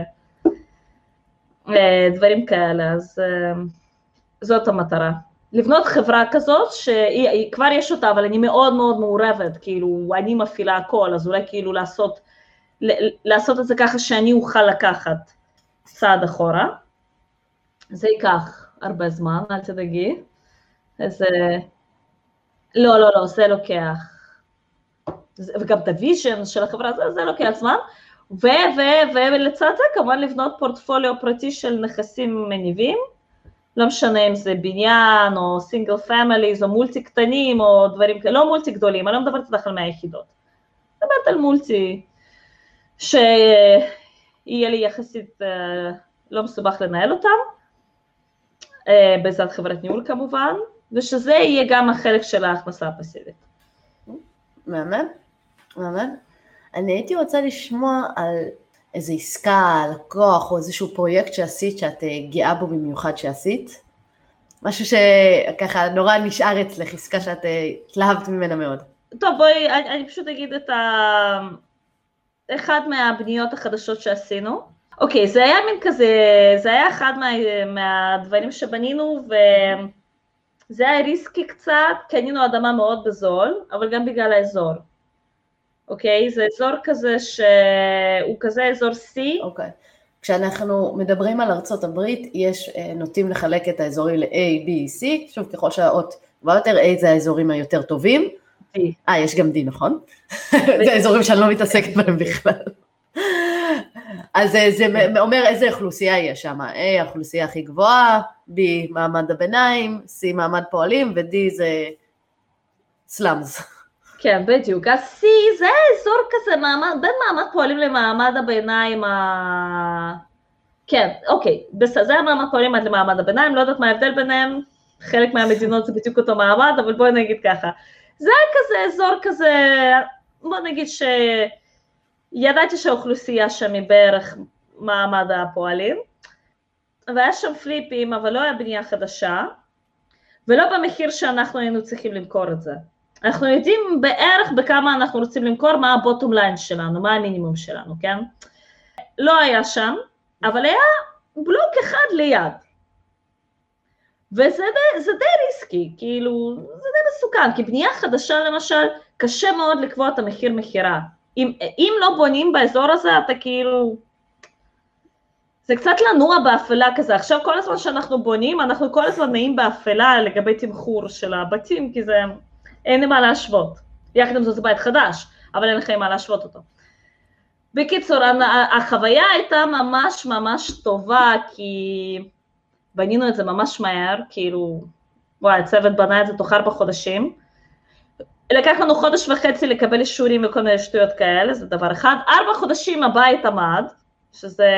ודברים כאלה, אז זאת המטרה. לבנות חברה כזאת, שכבר יש אותה, אבל אני מאוד מאוד מעורבת, כאילו אני מפעילה הכל, אז אולי כאילו לעשות, לעשות את זה ככה שאני אוכל לקחת צעד אחורה, זה ייקח הרבה זמן, אל תדאגי, אז לא, לא, לא, זה לוקח, וגם את הוויז'ן של החברה, זה, זה לוקח זמן, ו, ו, ולצד זה כמובן לבנות פורטפוליו פרטי של נכסים מניבים, לא משנה אם זה בניין, או סינגל פמיליז, או מולטי קטנים, או דברים כאלה, לא מולטי גדולים, אני לא מדברת על מאה יחידות. מדברת על מולטי, שיהיה לי יחסית לא מסובך לנהל אותם, בעזרת חברת ניהול כמובן, ושזה יהיה גם החלק של ההכנסה הפסיבית. מאמן, מאמן. אני הייתי רוצה לשמוע על איזו עסקה, לקוח, או איזשהו פרויקט שעשית, שאת גאה בו במיוחד שעשית. משהו שככה נורא נשאר אצלך, עסקה שאת התלהבת ממנה מאוד. טוב, בואי, אני, אני פשוט אגיד את ה... אחד מהבניות החדשות שעשינו. אוקיי, זה היה מין כזה, זה היה אחד מה, מהדברים שבנינו, וזה היה ריסקי קצת, קנינו אדמה מאוד בזול, אבל גם בגלל האזור. אוקיי, זה אזור כזה שהוא כזה אזור C. אוקיי. כשאנחנו מדברים על ארצות הברית, יש נוטים לחלק את האזורים ל-A, B, C, שוב ככל שהאות כבר יותר, A זה האזורים היותר טובים, אה, יש גם D, נכון? זה האזורים שאני לא מתעסקת בהם בכלל. אז זה אומר איזה אוכלוסייה יש שם, A, האוכלוסייה הכי גבוהה, B, מעמד הביניים, C, מעמד פועלים, ו-D זה סלאמס. כן, בדיוק. אז C זה אזור כזה, מעמד, בין מעמד פועלים למעמד הביניים, ה... כן, אוקיי, בסדר, זה המעמד פועלים עד למעמד הביניים, לא יודעת מה ההבדל ביניהם, חלק מהמדינות זה בדיוק אותו מעמד, אבל בואי נגיד ככה. זה כזה אזור כזה, בוא נגיד ש... ידעתי שהאוכלוסייה שם היא בערך מעמד הפועלים, והיה שם פליפים, אבל לא היה בנייה חדשה, ולא במחיר שאנחנו היינו צריכים למכור את זה. אנחנו יודעים בערך בכמה אנחנו רוצים למכור, מה הבוטום ליין שלנו, מה המינימום שלנו, כן? לא היה שם, אבל היה בלוק אחד ליד. וזה די, זה די ריסקי, כאילו, זה די מסוכן, כי בנייה חדשה למשל, קשה מאוד לקבוע את המחיר מחירה. אם, אם לא בונים באזור הזה, אתה כאילו, זה קצת לנוע באפלה כזה, עכשיו כל הזמן שאנחנו בונים, אנחנו כל הזמן נעים באפלה לגבי תמחור של הבתים, כי זה, אין לי מה להשוות, יחד עם זאת זה בית חדש, אבל אין לכם מה להשוות אותו. בקיצור, החוויה הייתה ממש ממש טובה, כי בנינו את זה ממש מהר, כאילו, וואי, הצוות בנה את זה תוך ארבע חודשים, לקח לנו חודש וחצי לקבל אישורים וכל מיני שטויות כאלה, זה דבר אחד. ארבע חודשים הבית עמד, שזה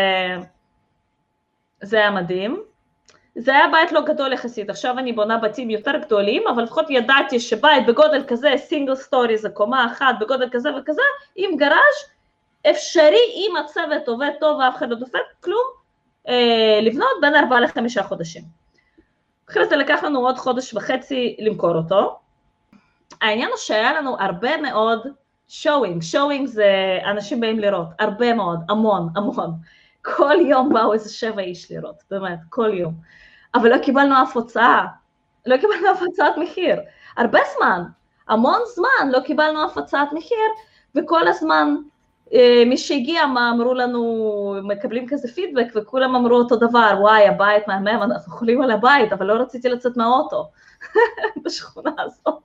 זה היה מדהים. זה היה בית לא גדול יחסית, עכשיו אני בונה בתים יותר גדולים, אבל לפחות ידעתי שבית בגודל כזה, סינגל סטורי, זה קומה אחת, בגודל כזה וכזה, עם גראז' אפשרי, אם הצוות עובד טוב ואף אחד לא דופק, כלום, אה, לבנות בין ארבעה לחמישה חודשים. אחרי זה לקח לנו עוד חודש וחצי למכור אותו. העניין הוא שהיה לנו הרבה מאוד שואינג, שואינג זה אנשים באים לראות, הרבה מאוד, המון, המון. כל יום באו איזה שבע איש לראות, באמת, כל יום. אבל לא קיבלנו אף הוצאה, לא קיבלנו אף הצעת מחיר. הרבה זמן, המון זמן לא קיבלנו אף הצעת מחיר, וכל הזמן מי שהגיע, מה אמרו לנו, מקבלים כזה פידבק, וכולם אמרו אותו דבר, וואי, הבית מהמם, אנחנו יכולים על הבית, אבל לא רציתי לצאת מהאוטו, בשכונה הזאת.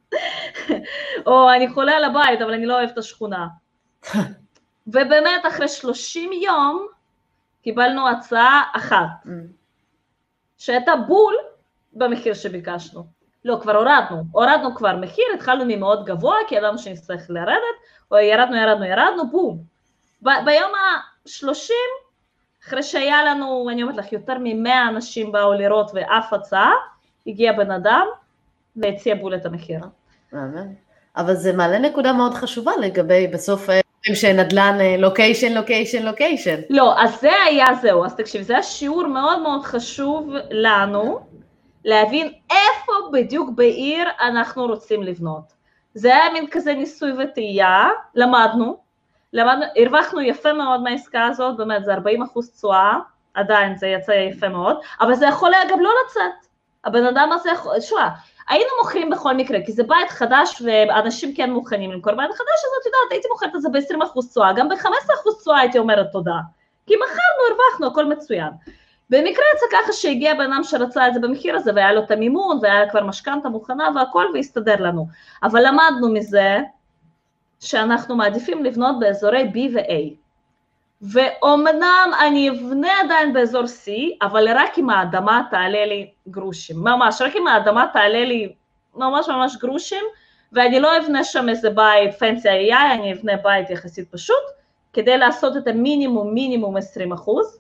או אני חולה על הבית, אבל אני לא אוהבת את השכונה. ובאמת, אחרי שלושים יום, קיבלנו הצעה אחת, שהייתה בול במחיר שביקשנו. לא, כבר הורדנו, הורדנו כבר מחיר, התחלנו ממאוד גבוה, כי ידענו שנצטרך לרדת, או ירדנו, ירדנו, ירדנו, בום. ב- ביום ה-שלושים, אחרי שהיה לנו, אני אומרת לך, יותר מ-מאה אנשים באו לראות ואף הצעה, הגיע בן אדם והציע בול את המחיר. אבל זה מעלה נקודה מאוד חשובה לגבי בסוף שנדלן לוקיישן, לוקיישן, לוקיישן. לא, אז זה היה זהו, אז תקשיב, זה השיעור מאוד מאוד חשוב לנו, להבין איפה בדיוק בעיר אנחנו רוצים לבנות. זה היה מין כזה ניסוי וטעייה, למדנו, למדנו, הרווחנו יפה מאוד מהעסקה הזאת, באמת זה ארבעים אחוז תשואה, עדיין זה יצא יפה מאוד, אבל זה יכול היה גם לא לצאת, הבן אדם הזה יכול, שואה, היינו מוכרים בכל מקרה, כי זה בית חדש ואנשים כן מוכנים למכור בית חדש, אז את יודעת, הייתי מוכרת את זה ב-עשרים אחוז תשואה, גם ב-חמישה עשר אחוז תשואה הייתי אומרת תודה, כי מכרנו, הרווחנו, הכל מצוין. במקרה יצא ככה שהגיע בן אדם שרצה את זה במחיר הזה, והיה לו את המימון, והיה כבר משכנתה מוכנה והכל, והסתדר לנו. אבל למדנו מזה שאנחנו מעדיפים לבנות באזורי B ו-A. ואומנם אני אבנה עדיין באזור C, אבל רק אם האדמה תעלה לי גרושים. ממש, רק אם האדמה תעלה לי ממש ממש גרושים, ואני לא אבנה שם איזה בית פנסי איי איי, אני אבנה בית יחסית פשוט, כדי לעשות את המינימום, מינימום עשרים אחוז,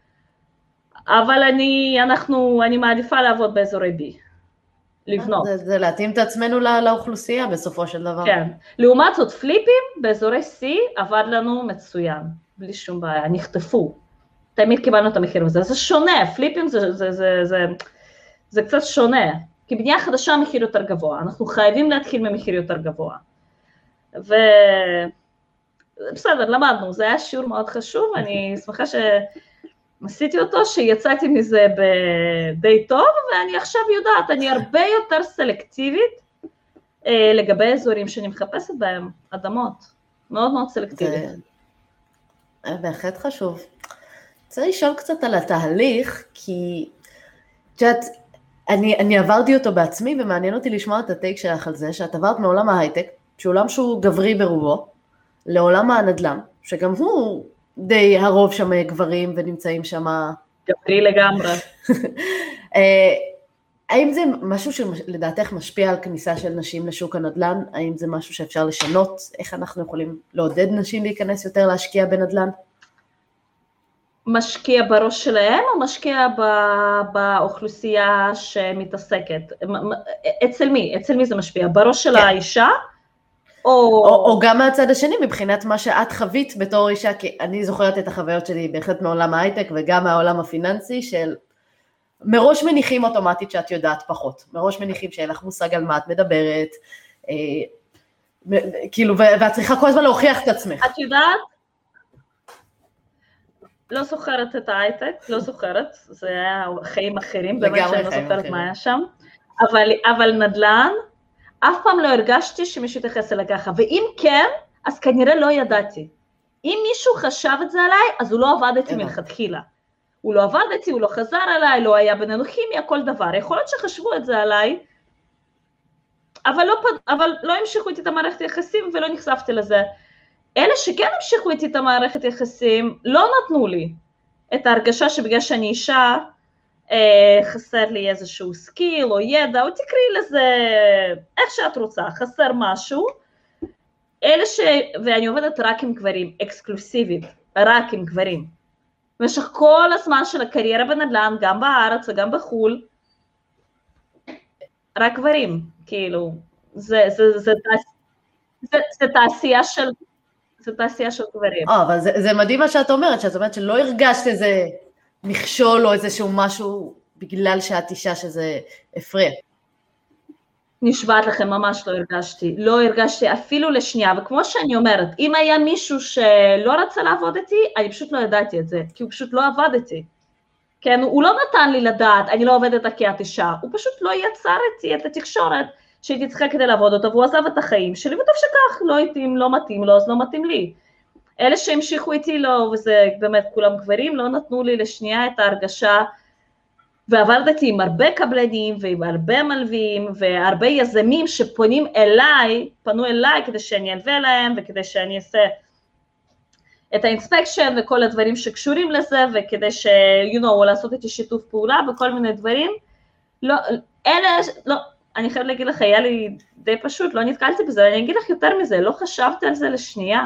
אבל אני, אנחנו, אני מעדיפה לעבוד באזורי B, לבנות. זה, זה להתאים את עצמנו לא, לאוכלוסייה בסופו של דבר. כן. לעומת זאת פליפים, באזורי C עבד לנו מצוין, בלי שום בעיה, נחטפו. תמיד קיבלנו את המחיר הזה. זה שונה, פליפים זה, זה, זה, זה, זה קצת שונה, כי בנייה חדשה מחיר יותר גבוה, אנחנו חייבים להתחיל ממחיר יותר גבוה. ו... בסדר, למדנו, זה היה שיעור מאוד חשוב, אני שמחה ש... עשיתי אותו, שיצאתי מזה די טוב, ואני עכשיו יודעת, אני הרבה יותר סלקטיבית אה, לגבי אזורים שאני מחפשת בהם, אדמות, מאוד מאוד סלקטיבית. זה בהחלט חשוב. רוצה לשאול קצת על התהליך, כי שאת, אני, אני עברתי אותו בעצמי, ומעניין אותי לשמוע את הטייק שלך על זה, שאת עברת מעולם ההייטק, שעולם שהוא גברי ברובו, לעולם הנדל"ן, שגם הוא די הרוב שם גברים ונמצאים שם... גברי לגמרי. האם זה משהו שלדעתך משפיע על כניסה של נשים לשוק הנדל"ן? האם זה משהו שאפשר לשנות? איך אנחנו יכולים לעודד נשים להיכנס יותר להשקיע בנדל"ן? משקיע בראש שלהם או משקיע באוכלוסייה שמתעסקת? אצל מי? אצל מי זה משפיע? בראש של האישה? או... או, או גם מהצד השני, מבחינת מה שאת חווית בתור אישה, כי אני זוכרת את החוויות שלי בהחלט מעולם ההייטק וגם מהעולם הפיננסי, של מראש מניחים אוטומטית שאת יודעת פחות, מראש מניחים שאין לך מושג על מה את מדברת, אה, כאילו, ואת צריכה כל הזמן להוכיח את עצמך. את יודעת? לא זוכרת את ההייטק, לא זוכרת, זה היה חיים אחרים, באמת שאני לא זוכרת מה היה שם, אבל, אבל נדל"ן, אף פעם לא הרגשתי שמישהו יתייחס אליי ככה, ואם כן, אז כנראה לא ידעתי. אם מישהו חשב את זה עליי, אז הוא לא עבדתי מלכתחילה. הוא לא עבדתי, הוא לא חזר עליי, לא היה בינינו כימיה, כל דבר. יכול להיות שחשבו את זה עליי, אבל לא, אבל לא המשיכו איתי את המערכת יחסים ולא נחשפתי לזה. אלה שכן המשיכו איתי את המערכת יחסים, לא נתנו לי את ההרגשה שבגלל שאני אישה, חסר לי איזשהו סקיל או ידע, או תקראי לזה איך שאת רוצה, חסר משהו, אלה ש... ואני עובדת רק עם גברים, אקסקלוסיבית, רק עם גברים. במשך כל הזמן של הקריירה בנדל"ן, גם בארץ וגם בחול, רק גברים, כאילו, זה, זה, זה, זה, זה תעשייה של, זה תעשייה של גברים. אה, אבל זה, זה מדהים מה שאת אומרת, שאת אומרת שלא הרגשת איזה מכשול או איזשהו משהו, בגלל שאת אישה שזה הפריע. נשבעת לכם, ממש לא הרגשתי, לא הרגשתי אפילו לשנייה, וכמו שאני אומרת, אם היה מישהו שלא רצה לעבוד איתי, אני פשוט לא ידעתי את זה, כי הוא פשוט לא עבד איתי. כן, הוא לא נתן לי לדעת, אני לא עובדת כי את אישה, הוא פשוט לא יצר איתי את התקשורת שהייתי צריכה כדי לעבוד אותו, והוא עזב את החיים שלי, וטוב שכך, לא הייתי, לא מתאים לו, אז לא מתאים לי. אלה שהמשיכו איתי לא, וזה באמת כולם גברים, לא נתנו לי לשנייה את ההרגשה, ועבדתי עם הרבה קבלנים ועם הרבה מלווים והרבה יזמים שפונים אליי, פנו אליי כדי שאני אלווה להם וכדי שאני אעשה את האינספקשן וכל הדברים שקשורים לזה וכדי ש, you know, לעשות איתי שיתוף פעולה וכל מיני דברים. לא, אלה, לא, אני חייבת להגיד לך, היה לי די פשוט, לא נתקלתי בזה, אני אגיד לך יותר מזה, לא חשבתי על זה לשנייה.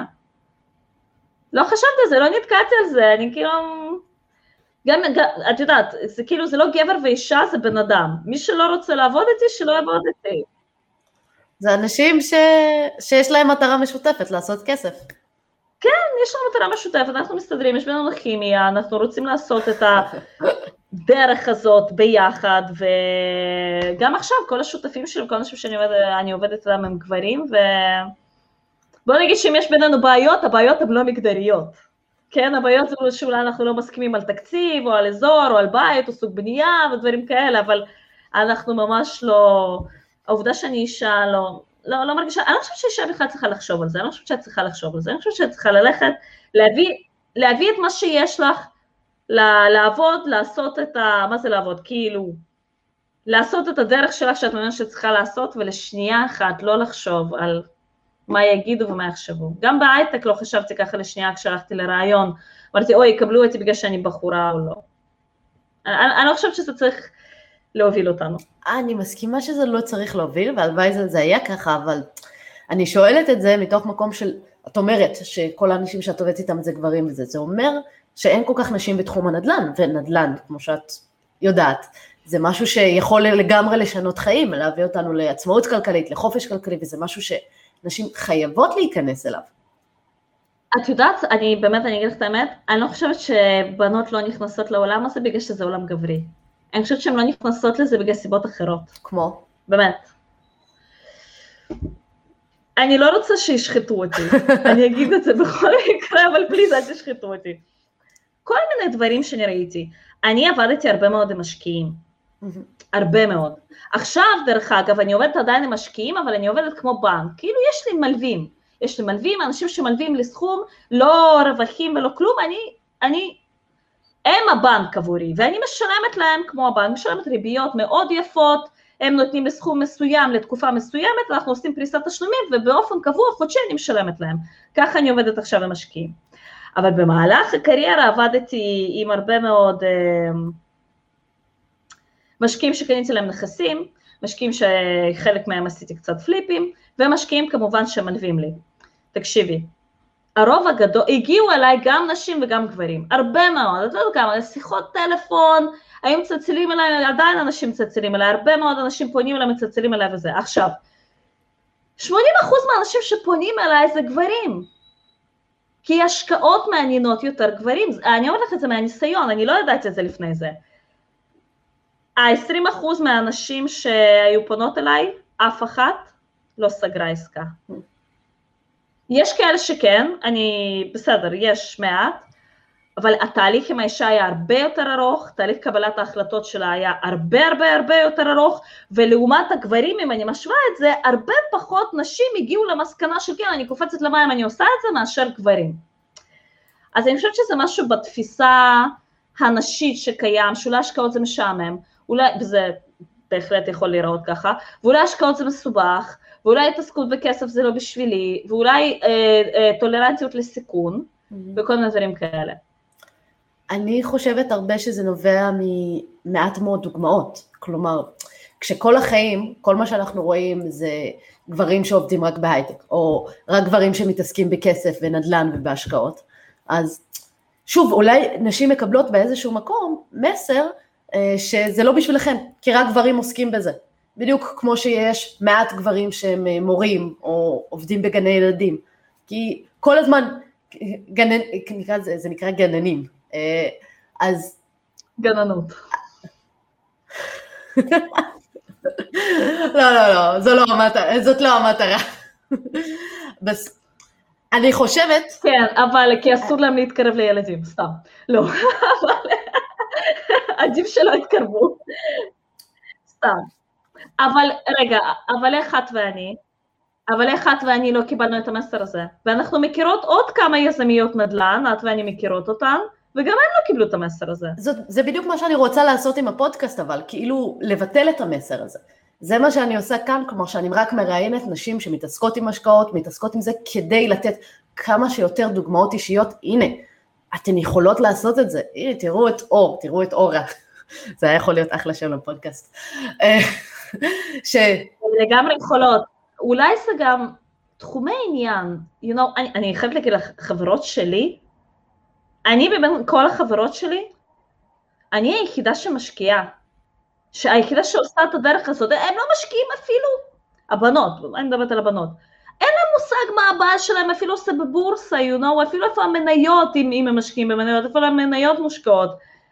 לא חשבתי על זה, לא נתקלתי על זה, אני כאילו... גם, את יודעת, זה כאילו, זה לא גבר ואישה, זה בן אדם. מי שלא רוצה לעבוד איתי, שלא יעבוד איתי. זה אנשים ש... שיש להם מטרה משותפת, לעשות כסף. כן, יש לנו מטרה משותפת, אנחנו מסתדרים, יש בינינו כימיה, אנחנו רוצים לעשות את הדרך הזאת ביחד, וגם עכשיו, כל השותפים שלי, כל אנשים שאני עובדת, אני עובדת איתם הם גברים, ובוא נגיד שאם יש בינינו בעיות, הבעיות הן לא מגדריות. כן, הבעיות זה שאולי אנחנו לא מסכימים על תקציב, או על אזור, או על בית, או סוג בנייה, ודברים כאלה, אבל אנחנו ממש לא, העובדה שאני אישה לא, לא, לא מרגישה, אני לא חושבת שאישה בכלל צריכה לחשוב על זה, אני לא חושבת שאת צריכה לחשוב על זה, אני חושבת שאת צריכה ללכת, להביא, להביא את מה שיש לך, לעבוד, לעשות את ה, מה זה לעבוד, כאילו, לעשות את הדרך שלך שאת מבינה שצריכה לעשות, ולשנייה אחת לא לחשוב על מה יגידו ומה יחשבו. גם בהייטק לא חשבתי ככה לשנייה כשהלכתי לרעיון, אמרתי, אוי, יקבלו אותי בגלל שאני בחורה או לא. אני, אני לא חושבת שזה צריך להוביל אותנו. אני מסכימה שזה לא צריך להוביל, והלוואי זה, זה היה ככה, אבל אני שואלת את זה מתוך מקום של, את אומרת שכל האנשים שאת עובדת איתם זה גברים וזה, זה אומר שאין כל כך נשים בתחום הנדל"ן, ונדל"ן, כמו שאת יודעת, זה משהו שיכול לגמרי לשנות חיים, להביא אותנו לעצמאות כלכלית, לחופש כלכלי, וזה משהו שנשים חייבות להיכנס אליו. את יודעת, אני באמת, אני אגיד לך את האמת, אני לא חושבת שבנות לא נכנסות לעולם הזה בגלל שזה עולם גברי. אני חושבת שהן לא נכנסות לזה בגלל סיבות אחרות. כמו? באמת. אני לא רוצה שישחטו אותי, אני אגיד את זה בכל מקרה, אבל פליז אל תשחטו אותי. כל מיני דברים שאני ראיתי. אני עבדתי הרבה מאוד עם משקיעים, הרבה מאוד. עכשיו, דרך אגב, אני עובדת עדיין עם משקיעים, אבל אני עובדת כמו בנק. כאילו יש לי מלווים, יש לי מלווים, אנשים שמלווים לסכום, לא רווחים ולא כלום, אני, אני, הם הבנק עבורי, ואני משלמת להם כמו הבנק, משלמת ריביות מאוד יפות, הם נותנים בסכום מסוים לתקופה מסוימת, אנחנו עושים פריסת תשלומים, ובאופן קבוע חודשי אני משלמת להם. ככה אני עובדת עכשיו עם משקיעים. אבל במהלך הקריירה עבדתי עם הרבה מאוד משקיעים שקניתי להם נכסים, משקיעים שחלק מהם עשיתי קצת פליפים, ומשקיעים כמובן שמנבים לי. תקשיבי, הרוב הגדול, הגיעו אליי גם נשים וגם גברים, הרבה מאוד, את לא יודעת כמה, שיחות טלפון, היו מצלצלים אליי, עדיין אנשים מצלצלים אליי, הרבה מאוד אנשים פונים אליי, מצלצלים אליי וזה. עכשיו, שמונים אחוז מהאנשים שפונים אליי זה גברים, כי השקעות מעניינות יותר גברים, אני אומרת לך את זה מהניסיון, אני לא ידעתי את זה לפני זה. ה-עשרים אחוז מהאנשים שהיו פונות אליי, אף אחת לא סגרה עסקה. יש כאלה שכן, אני, בסדר, יש מעט, אבל התהליך עם האישה היה הרבה יותר ארוך, תהליך קבלת ההחלטות שלה היה הרבה הרבה הרבה יותר ארוך, ולעומת הגברים, אם אני משווה את זה, הרבה פחות נשים הגיעו למסקנה של כן, אני קופצת למים, אני עושה את זה מאשר גברים. אז אני חושבת שזה משהו בתפיסה הנשית שקיים, שאולי השקעות זה משעמם, אולי, וזה בהחלט יכול להיראות ככה, ואולי השקעות זה מסובך, ואולי התעסקות בכסף זה לא בשבילי, ואולי אה, אה, טולרנטיות לסיכון, mm-hmm. וכל מיני דברים כאלה. אני חושבת הרבה שזה נובע ממעט מאוד דוגמאות, כלומר, כשכל החיים, כל מה שאנחנו רואים זה גברים שעובדים רק בהייטק, או רק גברים שמתעסקים בכסף ונדל"ן ובהשקעות, אז שוב, אולי נשים מקבלות באיזשהו מקום מסר, שזה לא בשבילכם, כי רק גברים עוסקים בזה, בדיוק כמו שיש מעט גברים שהם מורים, או עובדים בגני ילדים, כי כל הזמן, גנן, זה, זה נקרא גננים, אז... גננות. לא, לא, לא, זו לא המטרה, זאת לא המטרה. בס... אני חושבת... כן, אבל כי אסור להם להתקרב לילדים, סתם. לא, אבל... עדיף שלא יתקרבו. סתם. אבל, רגע, אבל איך את ואני? אבל איך את ואני לא קיבלנו את המסר הזה? ואנחנו מכירות עוד כמה יזמיות נדל"ן, את ואני מכירות אותן, וגם הם לא קיבלו את המסר הזה. זאת, זה בדיוק מה שאני רוצה לעשות עם הפודקאסט, אבל כאילו לבטל את המסר הזה. זה מה שאני עושה כאן, כלומר שאני רק מראיינת נשים שמתעסקות עם השקעות, מתעסקות עם זה כדי לתת כמה שיותר דוגמאות אישיות. הנה, אתן יכולות לעשות את זה. הנה, תראו את אור, תראו את אורה. זה היה יכול להיות אחלה שם לפודקאסט. ש... לגמרי יכולות. אולי זה גם תחומי עניין. You know, אני, אני חייבת להגיד לחברות שלי, אני בבין כל החברות שלי, אני היחידה שמשקיעה, שהיחידה שעושה את הדרך הזאת, הם לא משקיעים אפילו, הבנות, אני מדברת על הבנות, אין להם מושג מה הבעל שלהם אפילו עושה בבורסה, you know, אפילו איפה המניות, אם, אם הם משקיעים במניות, איפה המניות מושקעות,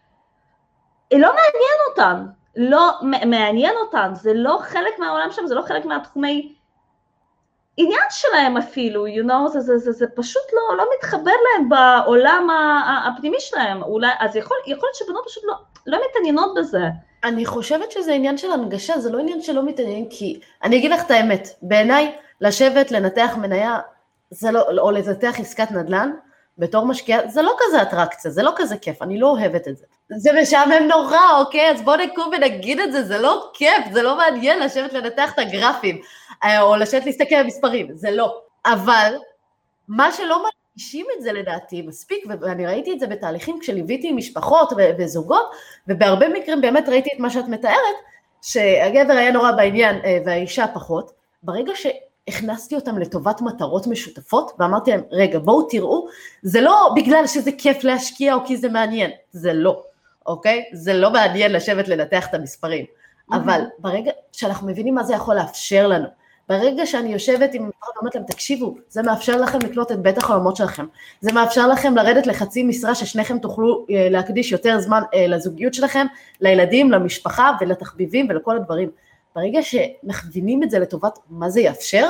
לא מעניין אותן, לא מעניין אותן, זה לא חלק מהעולם שלהם, זה לא חלק מהתחומי עניין שלהם אפילו, you know, זה, זה, זה, זה פשוט לא, לא מתחבר להם בעולם הפנימי שלהם, אולי, אז יכול, יכול להיות שבנות פשוט לא, לא מתעניינות בזה. אני חושבת שזה עניין של הנגשה, זה לא עניין שלא מתעניין, כי אני אגיד לך את האמת, בעיניי לשבת, לנתח מניה, זה לא, או לנתח עסקת נדל"ן, בתור משקיעה, זה לא כזה אטרקציה, זה לא כזה כיף, אני לא אוהבת את זה. זה משעמם נורא, אוקיי? אז בוא נקום ונגיד את זה, זה לא כיף, זה לא מעניין לשבת לנתח את הגרפים, או לשבת להסתכל על מספרים, זה לא. אבל מה שלא מרגישים את זה לדעתי מספיק, ואני ראיתי את זה בתהליכים כשליוויתי עם משפחות וזוגות, ובהרבה מקרים באמת ראיתי את מה שאת מתארת, שהגבר היה נורא בעניין והאישה פחות, ברגע שהכנסתי אותם לטובת מטרות משותפות, ואמרתי להם, רגע, בואו תראו, זה לא בגלל שזה כיף להשקיע או כי זה מעניין, זה לא, אוקיי? זה לא מעניין לשבת לנתח את המספרים, אבל ברגע שאנחנו מבינים מה זה יכול לאפשר לנו, ברגע שאני יושבת עם משפחה ואומרת להם, תקשיבו, זה מאפשר לכם לקנות את בית החלומות שלכם, זה מאפשר לכם לרדת לחצי משרה ששניכם תוכלו להקדיש יותר זמן לזוגיות שלכם, לילדים, למשפחה ולתחביבים ולכל הדברים. ברגע שמכווינים את זה לטובת מה זה יאפשר,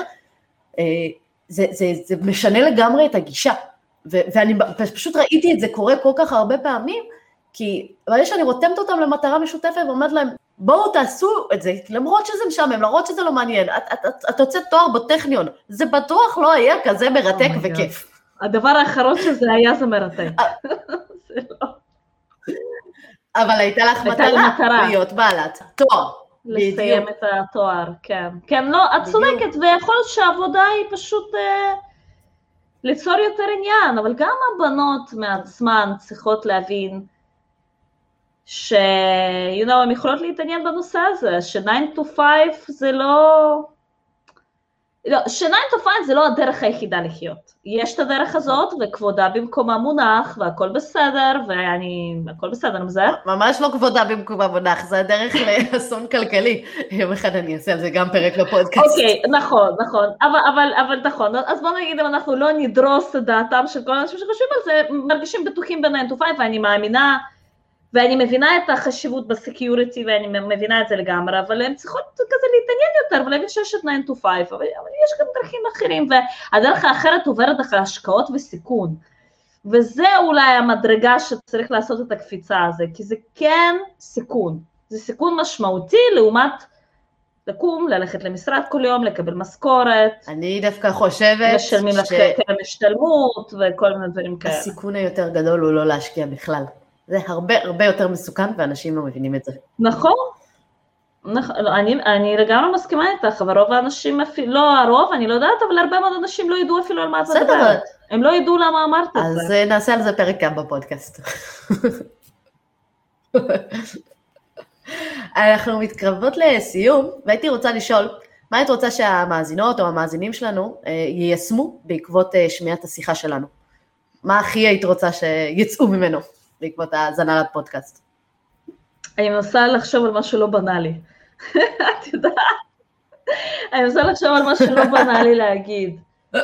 זה, זה, זה משנה לגמרי את הגישה, ואני פשוט ראיתי את זה קורה כל כך הרבה פעמים, כי ברגע שאני רותמת אותם למטרה משותפת ואומרת להם, בואו תעשו את זה, למרות שזה משעמם, למרות שזה לא מעניין, את, את, את, את הוצאת תואר בטכניון, זה בטוח לא היה כזה מרתק וכיף. הדבר האחרון שזה היה זה מרתק. אבל הייתה לך מטרה להיות בעלת תואר. לסיים את התואר, כן. כן, לא, את צודקת, ויכול להיות שהעבודה היא פשוט אה, ליצור יותר עניין, אבל גם הבנות מעצמן צריכות להבין ש, you know, הן יכולות להתעניין בנושא הזה, ש-nine to five זה לא, לא, ש-nine to five זה לא הדרך היחידה לחיות. יש את הדרך הזאת, וכבודה במקומה מונח, והכל בסדר, ואני, הכל בסדר עם זה. ממש לא כבודה במקומה מונח, זה הדרך לאסון כלכלי. יום אחד אני אעשה על זה גם פרק בפודקאסט. אוקיי, נכון, נכון, אבל, אבל, אבל נכון, אז בוא נגיד אם אנחנו לא נדרוס את דעתם של כל האנשים שחושבים על זה, מרגישים בטוחים ב-nine to five, ואני מאמינה, ואני מבינה את החשיבות בסקיוריטי, ואני מבינה את זה לגמרי, אבל הם צריכות כזה להתעניין יותר, ולהבין שיש את nine to five, אבל יש גם דרכים אחרים, והדרך האחרת עוברת אחרי השקעות וסיכון, וזה אולי המדרגה שצריך לעשות את הקפיצה הזה, כי זה כן סיכון, זה סיכון משמעותי לעומת לקום, ללכת למשרד כל יום, לקבל משכורת, אני דווקא חושבת משלמים לך קרן השתלמות, וכל מיני דברים כאלה. הסיכון היותר גדול הוא לא להשקיע בכלל. זה הרבה הרבה יותר מסוכן, ואנשים לא מבינים את זה. נכון, נכון, אני, אני לגמרי מסכימה איתך, אבל רוב האנשים, לא הרוב, אני לא יודעת, אבל הרבה מאוד אנשים לא ידעו אפילו על מה זה דבר. הם לא ידעו למה אמרת את זה. אז נעשה על זה פרק גם בפודקאסט. אנחנו מתקרבות לסיום, והייתי רוצה לשאול, מה היית רוצה שהמאזינות או המאזינים שלנו יישמו בעקבות שמיעת השיחה שלנו? מה הכי היית רוצה שיצאו ממנו? בעקבות ההזנה לפודקאסט. אני מנסה לחשוב על משהו לא בנאלי. את יודעת? אני מנסה לחשוב על משהו לא בנאלי להגיד.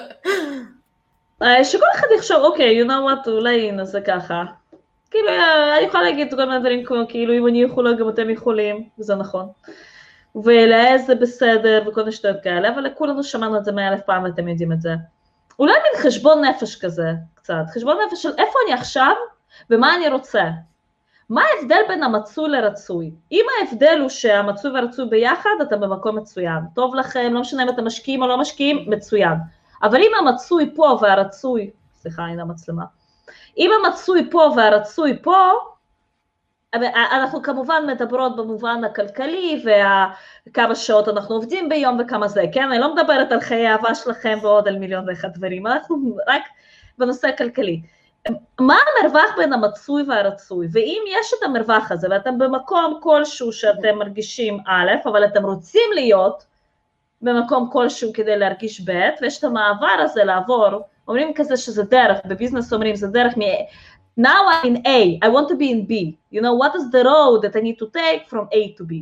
שכל אחד יחשוב, אוקיי, you know what, אולי נעשה ככה. כאילו, אני יכולה להגיד כל מיני דברים כמו, כאילו, אם אני יכולה, גם אתם יכולים, וזה נכון. ולאז זה בסדר, וכל מיני שטויות כאלה, אבל לכולנו שמענו את זה מאה אלף פעם, ואתם יודעים את זה. אולי מין חשבון נפש כזה, קצת. חשבון נפש של איפה אני עכשיו, ומה אני רוצה? מה ההבדל בין המצוי לרצוי? אם ההבדל הוא שהמצוי והרצוי ביחד, אתם במקום מצוין. טוב לכם, לא משנה אם אתם משקיעים או לא משקיעים, מצוין. אבל אם המצוי פה והרצוי, סליחה, הנה המצלמה, אם המצוי פה והרצוי פה, אנחנו כמובן מדברות במובן הכלכלי, וכמה שעות אנחנו עובדים ביום וכמה זה, כן? אני לא מדברת על חיי האהבה שלכם ועוד על מיליון ואחד דברים, אנחנו רק בנושא הכלכלי. מה המרווח בין המצוי והרצוי? ואם יש את המרווח הזה, ואתם במקום כלשהו שאתם מרגישים א', אבל אתם רוצים להיות במקום כלשהו כדי להרגיש ב', ויש את המעבר הזה לעבור, אומרים כזה שזה דרך, בביזנס אומרים זה דרך מ... Now I'm in A, I want to be in B. You know, what is the road that I need to take from A to B?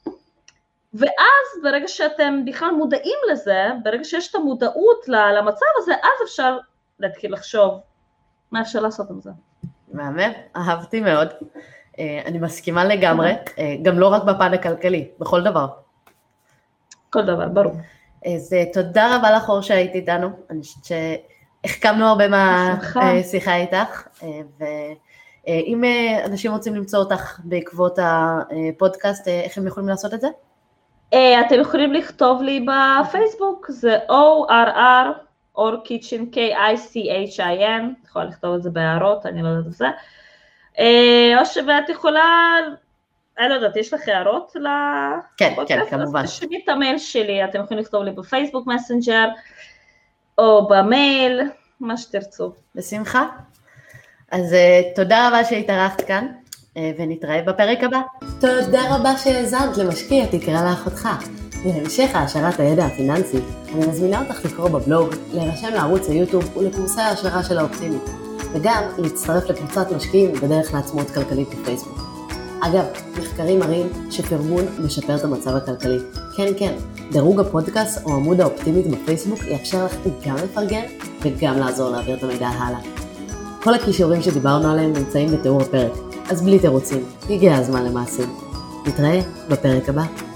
ואז ברגע שאתם בכלל מודעים לזה, ברגע שיש את המודעות למצב הזה, אז אפשר להתחיל לחשוב, מה אפשר לעשות עם זה? מהמם, אהבתי מאוד. אני מסכימה לגמרי, גם לא רק בפן הכלכלי, בכל דבר. כל דבר, ברור. אז תודה רבה לך אור שהיית איתנו, אני חושבת שהחכמנו הרבה מהשיחה איתך, ואם אנשים רוצים למצוא אותך בעקבות הפודקאסט, איך הם יכולים לעשות את זה? אתם יכולים לכתוב לי בפייסבוק, זה או אר אר, אור קיצ'ן, K-I-C-H-I-N, יכולה לכתוב את זה בהערות, אני לא יודעת את זה, או שאת יכולה, אני לא יודעת, יש לך הערות לפודקאסט? כן, כן, כמובן. אז תשמעי את המייל שלי, אתם יכולים לכתוב לי בפייסבוק מסנג'ר, או במייל, מה שתרצו. בשמחה. אז תודה רבה שהתארחת כאן, ונתראה בפרק הבא. תודה רבה שהאזנת למשקיע תקרא לאחותך. להמשך העשרת הידע הפיננסי, אני מזמינה אותך לקרוא בבלוג, להירשם לערוץ היוטיוב ולקורסי ההשערה של האופטימית, וגם להצטרף לקבוצת משקיעים בדרך לעצמאות כלכלית בפייסבוק. אגב, מחקרים מראים שפרגון משפר את המצב הכלכלי. כן, כן, דירוג הפודקאסט או עמוד האופטימית בפייסבוק יאפשר לך גם לפרגן וגם לעזור להעביר את המידע הלאה. כל הכישורים שדיברנו עליהם נמצאים בתיאור הפרק, אז בלי תירוצים, הגיע הזמן למעשים. נתראה בפרק הבא.